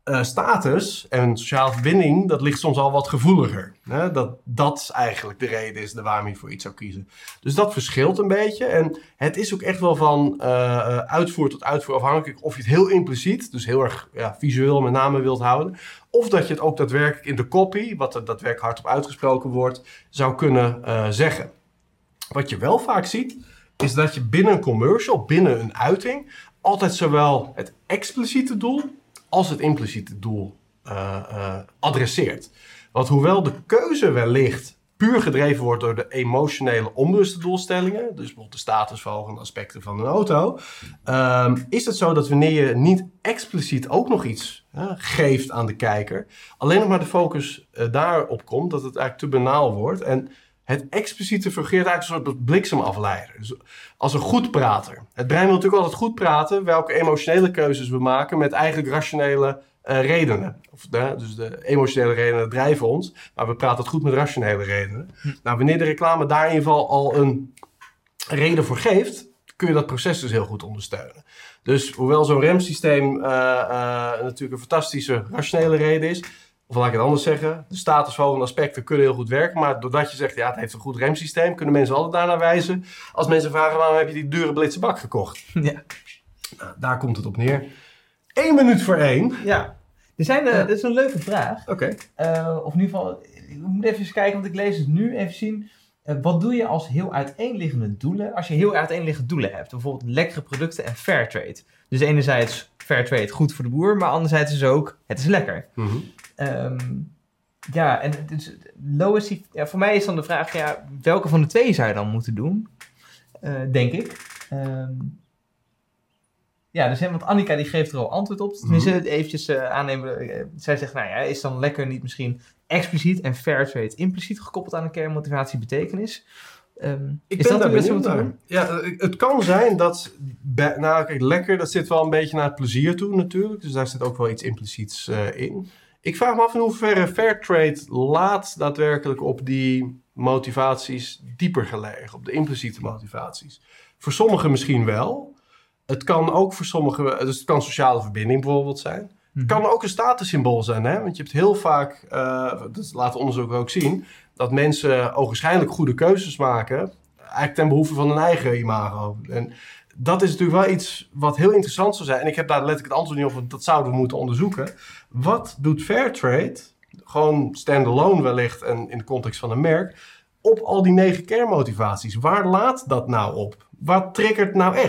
Status en sociale verbinding, dat ligt soms al wat gevoeliger. Hè? Dat eigenlijk de reden is waarom je voor iets zou kiezen. Dus dat verschilt een beetje. En het is ook echt wel van uitvoer tot uitvoer afhankelijk of je het heel impliciet, dus heel erg visueel met name wilt houden. Of dat je het ook daadwerkelijk in de copy, wat er daadwerkelijk hardop uitgesproken wordt, zou kunnen zeggen. Wat je wel vaak ziet, is dat je binnen een commercial, binnen een uiting, altijd zowel het expliciete doel als het impliciete doel adresseert. Want hoewel de keuze wellicht puur gedreven wordt door de emotionele onbewuste doelstellingen, dus bijvoorbeeld de statusverhogende aspecten van een auto, is het zo dat wanneer je niet expliciet ook nog iets geeft aan de kijker, alleen nog maar de focus daarop komt, dat het eigenlijk te banaal wordt. En het expliciete fungeert eigenlijk een soort bliksemafleider. Dus als een goed prater. Het brein wil natuurlijk altijd goed praten welke emotionele keuzes we maken met eigenlijk rationele redenen. Dus de emotionele redenen drijven ons, maar we praten het goed met rationele redenen. Nou, wanneer de reclame daar in ieder geval al een reden voor geeft, kun je dat proces dus heel goed ondersteunen. Dus hoewel zo'n remsysteem natuurlijk een fantastische rationele reden is, of laat ik het anders zeggen, de statusverhogende aspecten kunnen heel goed werken, maar doordat je zegt, ja, het heeft een goed remsysteem, kunnen mensen altijd daarnaar wijzen. Als mensen vragen, waarom heb je die dure blitse bak gekocht? Ja. Nou, daar komt het op neer. 1 minuut voor 1. Ja. Dat is een leuke vraag. Oké. Of in ieder geval, ik moet even eens kijken, want ik lees het nu. Even zien. Wat doe je als heel uiteenliggende doelen? Als je heel uiteenliggende doelen hebt. Bijvoorbeeld lekkere producten en fairtrade. Dus enerzijds fairtrade goed voor de boer, maar anderzijds is ook, het is lekker. Mm-hmm. En dus Lois, voor mij is dan de vraag, welke van de twee zou je dan moeten doen? Denk ik. Want Annika die geeft er al antwoord op. Tenminste, eventjes aannemen. Zij zegt, is dan lekker niet misschien expliciet en fairtrade impliciet gekoppeld aan een kernmotivatie betekenis? Ik ben daar benieuwd naar. Ja, het kan zijn dat, kijk, lekker, dat zit wel een beetje naar het plezier toe natuurlijk. Dus daar zit ook wel iets impliciets in. Ik vraag me af in hoeverre fairtrade laat daadwerkelijk op die motivaties dieper gelegen, op de impliciete motivaties. Voor sommigen misschien wel. Het kan ook voor sommigen, dus het kan sociale verbinding bijvoorbeeld zijn. Het kan ook een statussymbool zijn, hè? Want je hebt heel vaak, dat laten onderzoeken ook zien, dat mensen ogenschijnlijk goede keuzes maken, eigenlijk ten behoeve van hun eigen imago. En dat is natuurlijk wel iets wat heel interessant zou zijn. En ik heb daar letterlijk het antwoord niet op, want dat zouden we moeten onderzoeken. Wat doet Fairtrade, gewoon standalone wellicht en in de context van een merk, op al die 9 kernmotivaties? Waar laat dat nou op? Wat triggert nou echt?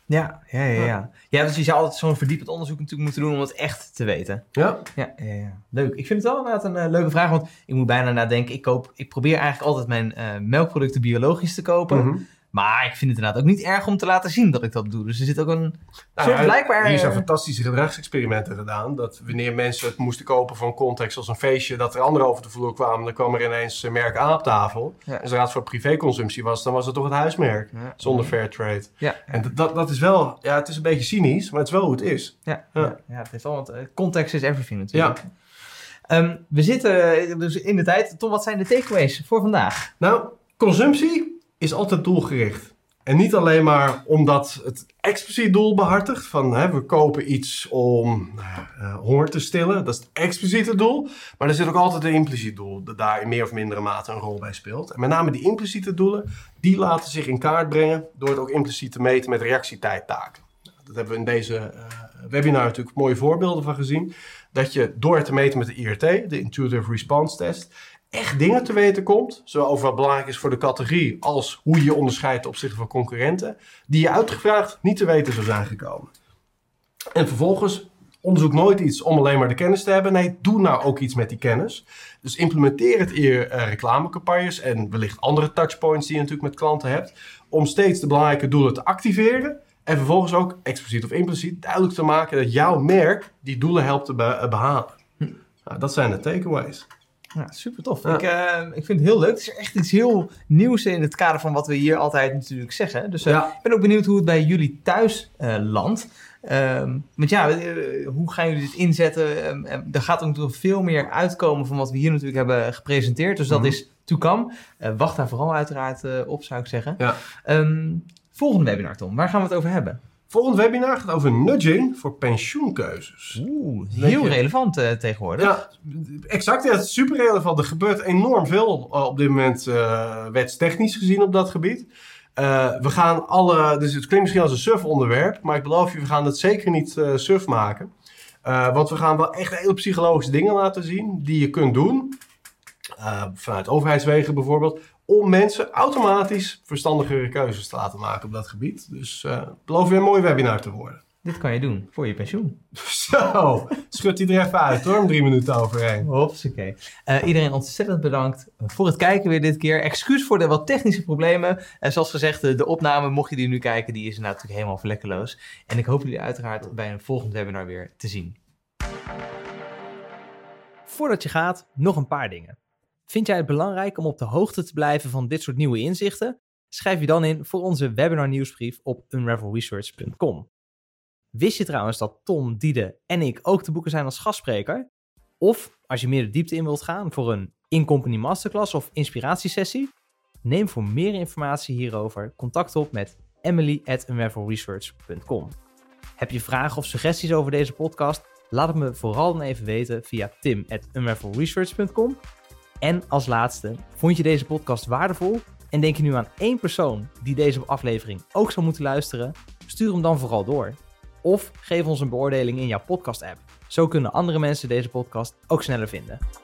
Ja. Ja, dus je zou altijd zo'n verdiepend onderzoek natuurlijk moeten doen om het echt te weten. Ja. Ja. Leuk. Ik vind het wel inderdaad een leuke vraag, want ik moet bijna nadenken. Ik probeer eigenlijk altijd mijn melkproducten biologisch te kopen. Mm-hmm. Maar ik vind het inderdaad ook niet erg om te laten zien dat ik dat doe. Dus er zit ook een soort blijkbaar... Hier zijn fantastische gedragsexperimenten gedaan. Dat wanneer mensen het moesten kopen voor een context als een feestje, dat er anderen over de vloer kwamen, dan kwam er ineens merk A op tafel. Ja. En zodra het voor privéconsumptie was, dan was het toch het huismerk. Ja. Zonder fair trade. Ja. En dat is wel, het is een beetje cynisch, maar het is wel hoe het is. Ja, het is wel, want context is everything natuurlijk. Ja. We zitten dus in de tijd. Tom, wat zijn de takeaways voor vandaag? Nou, consumptie is altijd doelgericht. En niet alleen maar omdat het expliciet doel behartigt. Van we kopen iets om honger te stillen. Dat is het expliciete doel. Maar er zit ook altijd een impliciet doel. Dat daar in meer of mindere mate een rol bij speelt. En met name die impliciete doelen. Die laten zich in kaart brengen. Door het ook impliciet te meten met reactietijdtaken. Dat hebben we in deze webinar natuurlijk mooie voorbeelden van gezien. Dat je door het te meten met de IRT. De Intuitive Response Test. Echt dingen te weten komt, zowel over wat belangrijk is voor de categorie als hoe je je onderscheidt ten opzichte van concurrenten, die je uitgevraagd niet te weten zou zijn gekomen. En vervolgens, onderzoek nooit iets om alleen maar de kennis te hebben. Nee, doe nou ook iets met die kennis. Dus implementeer het in je reclamecampagnes en wellicht andere touchpoints die je natuurlijk met klanten hebt, om steeds de belangrijke doelen te activeren en vervolgens ook, expliciet of impliciet, duidelijk te maken dat jouw merk die doelen helpt te behalen. Nou, dat zijn de takeaways. Ja, super tof. Ja. Ik vind het heel leuk. Het is echt iets heel nieuws in het kader van wat we hier altijd natuurlijk zeggen. Dus ik ben ook benieuwd hoe het bij jullie thuis landt. Want hoe gaan jullie dit inzetten? Er gaat ook nog veel meer uitkomen van wat we hier natuurlijk hebben gepresenteerd. Dus dat is to come. Wacht daar vooral uiteraard op, zou ik zeggen. Ja. Volgende webinar, Tom. Waar gaan we het over hebben? Volgende webinar gaat over nudging voor pensioenkeuzes. Heel relevant tegenwoordig. Ja, exact. Ja, het is super relevant. Er gebeurt enorm veel op dit moment wetstechnisch gezien op dat gebied. We gaan dus het klinkt misschien als een suf onderwerp, maar ik beloof je, we gaan het zeker niet suf maken. Want we gaan wel echt hele psychologische dingen laten zien die je kunt doen. Vanuit overheidswegen bijvoorbeeld. Om mensen automatisch verstandigere keuzes te laten maken op dat gebied. Dus beloof weer een mooi webinar te worden. Dit kan je doen voor je pensioen. Zo, schud die er even uit hoor, om 3 minuten overheen. Hopsakee. Iedereen ontzettend bedankt voor het kijken weer dit keer. Excuus voor de wat technische problemen. Zoals gezegd, de opname, mocht je die nu kijken, die is natuurlijk helemaal vlekkeloos. En ik hoop jullie uiteraard bij een volgend webinar weer te zien. Voordat je gaat, nog een paar dingen. Vind jij het belangrijk om op de hoogte te blijven van dit soort nieuwe inzichten? Schrijf je dan in voor onze webinar nieuwsbrief op unravelresearch.com. Wist je trouwens dat Tom, Diede en ik ook te boeken zijn als gastspreker? Of als je meer de diepte in wilt gaan voor een in-company masterclass of inspiratiesessie? Neem voor meer informatie hierover contact op met emily@unravelresearch.com. Heb je vragen of suggesties over deze podcast? Laat het me vooral dan even weten via tim@unravelresearch.com. En als laatste, vond je deze podcast waardevol en denk je nu aan 1 persoon die deze aflevering ook zou moeten luisteren? Stuur hem dan vooral door. Of geef ons een beoordeling in jouw podcast-app. Zo kunnen andere mensen deze podcast ook sneller vinden.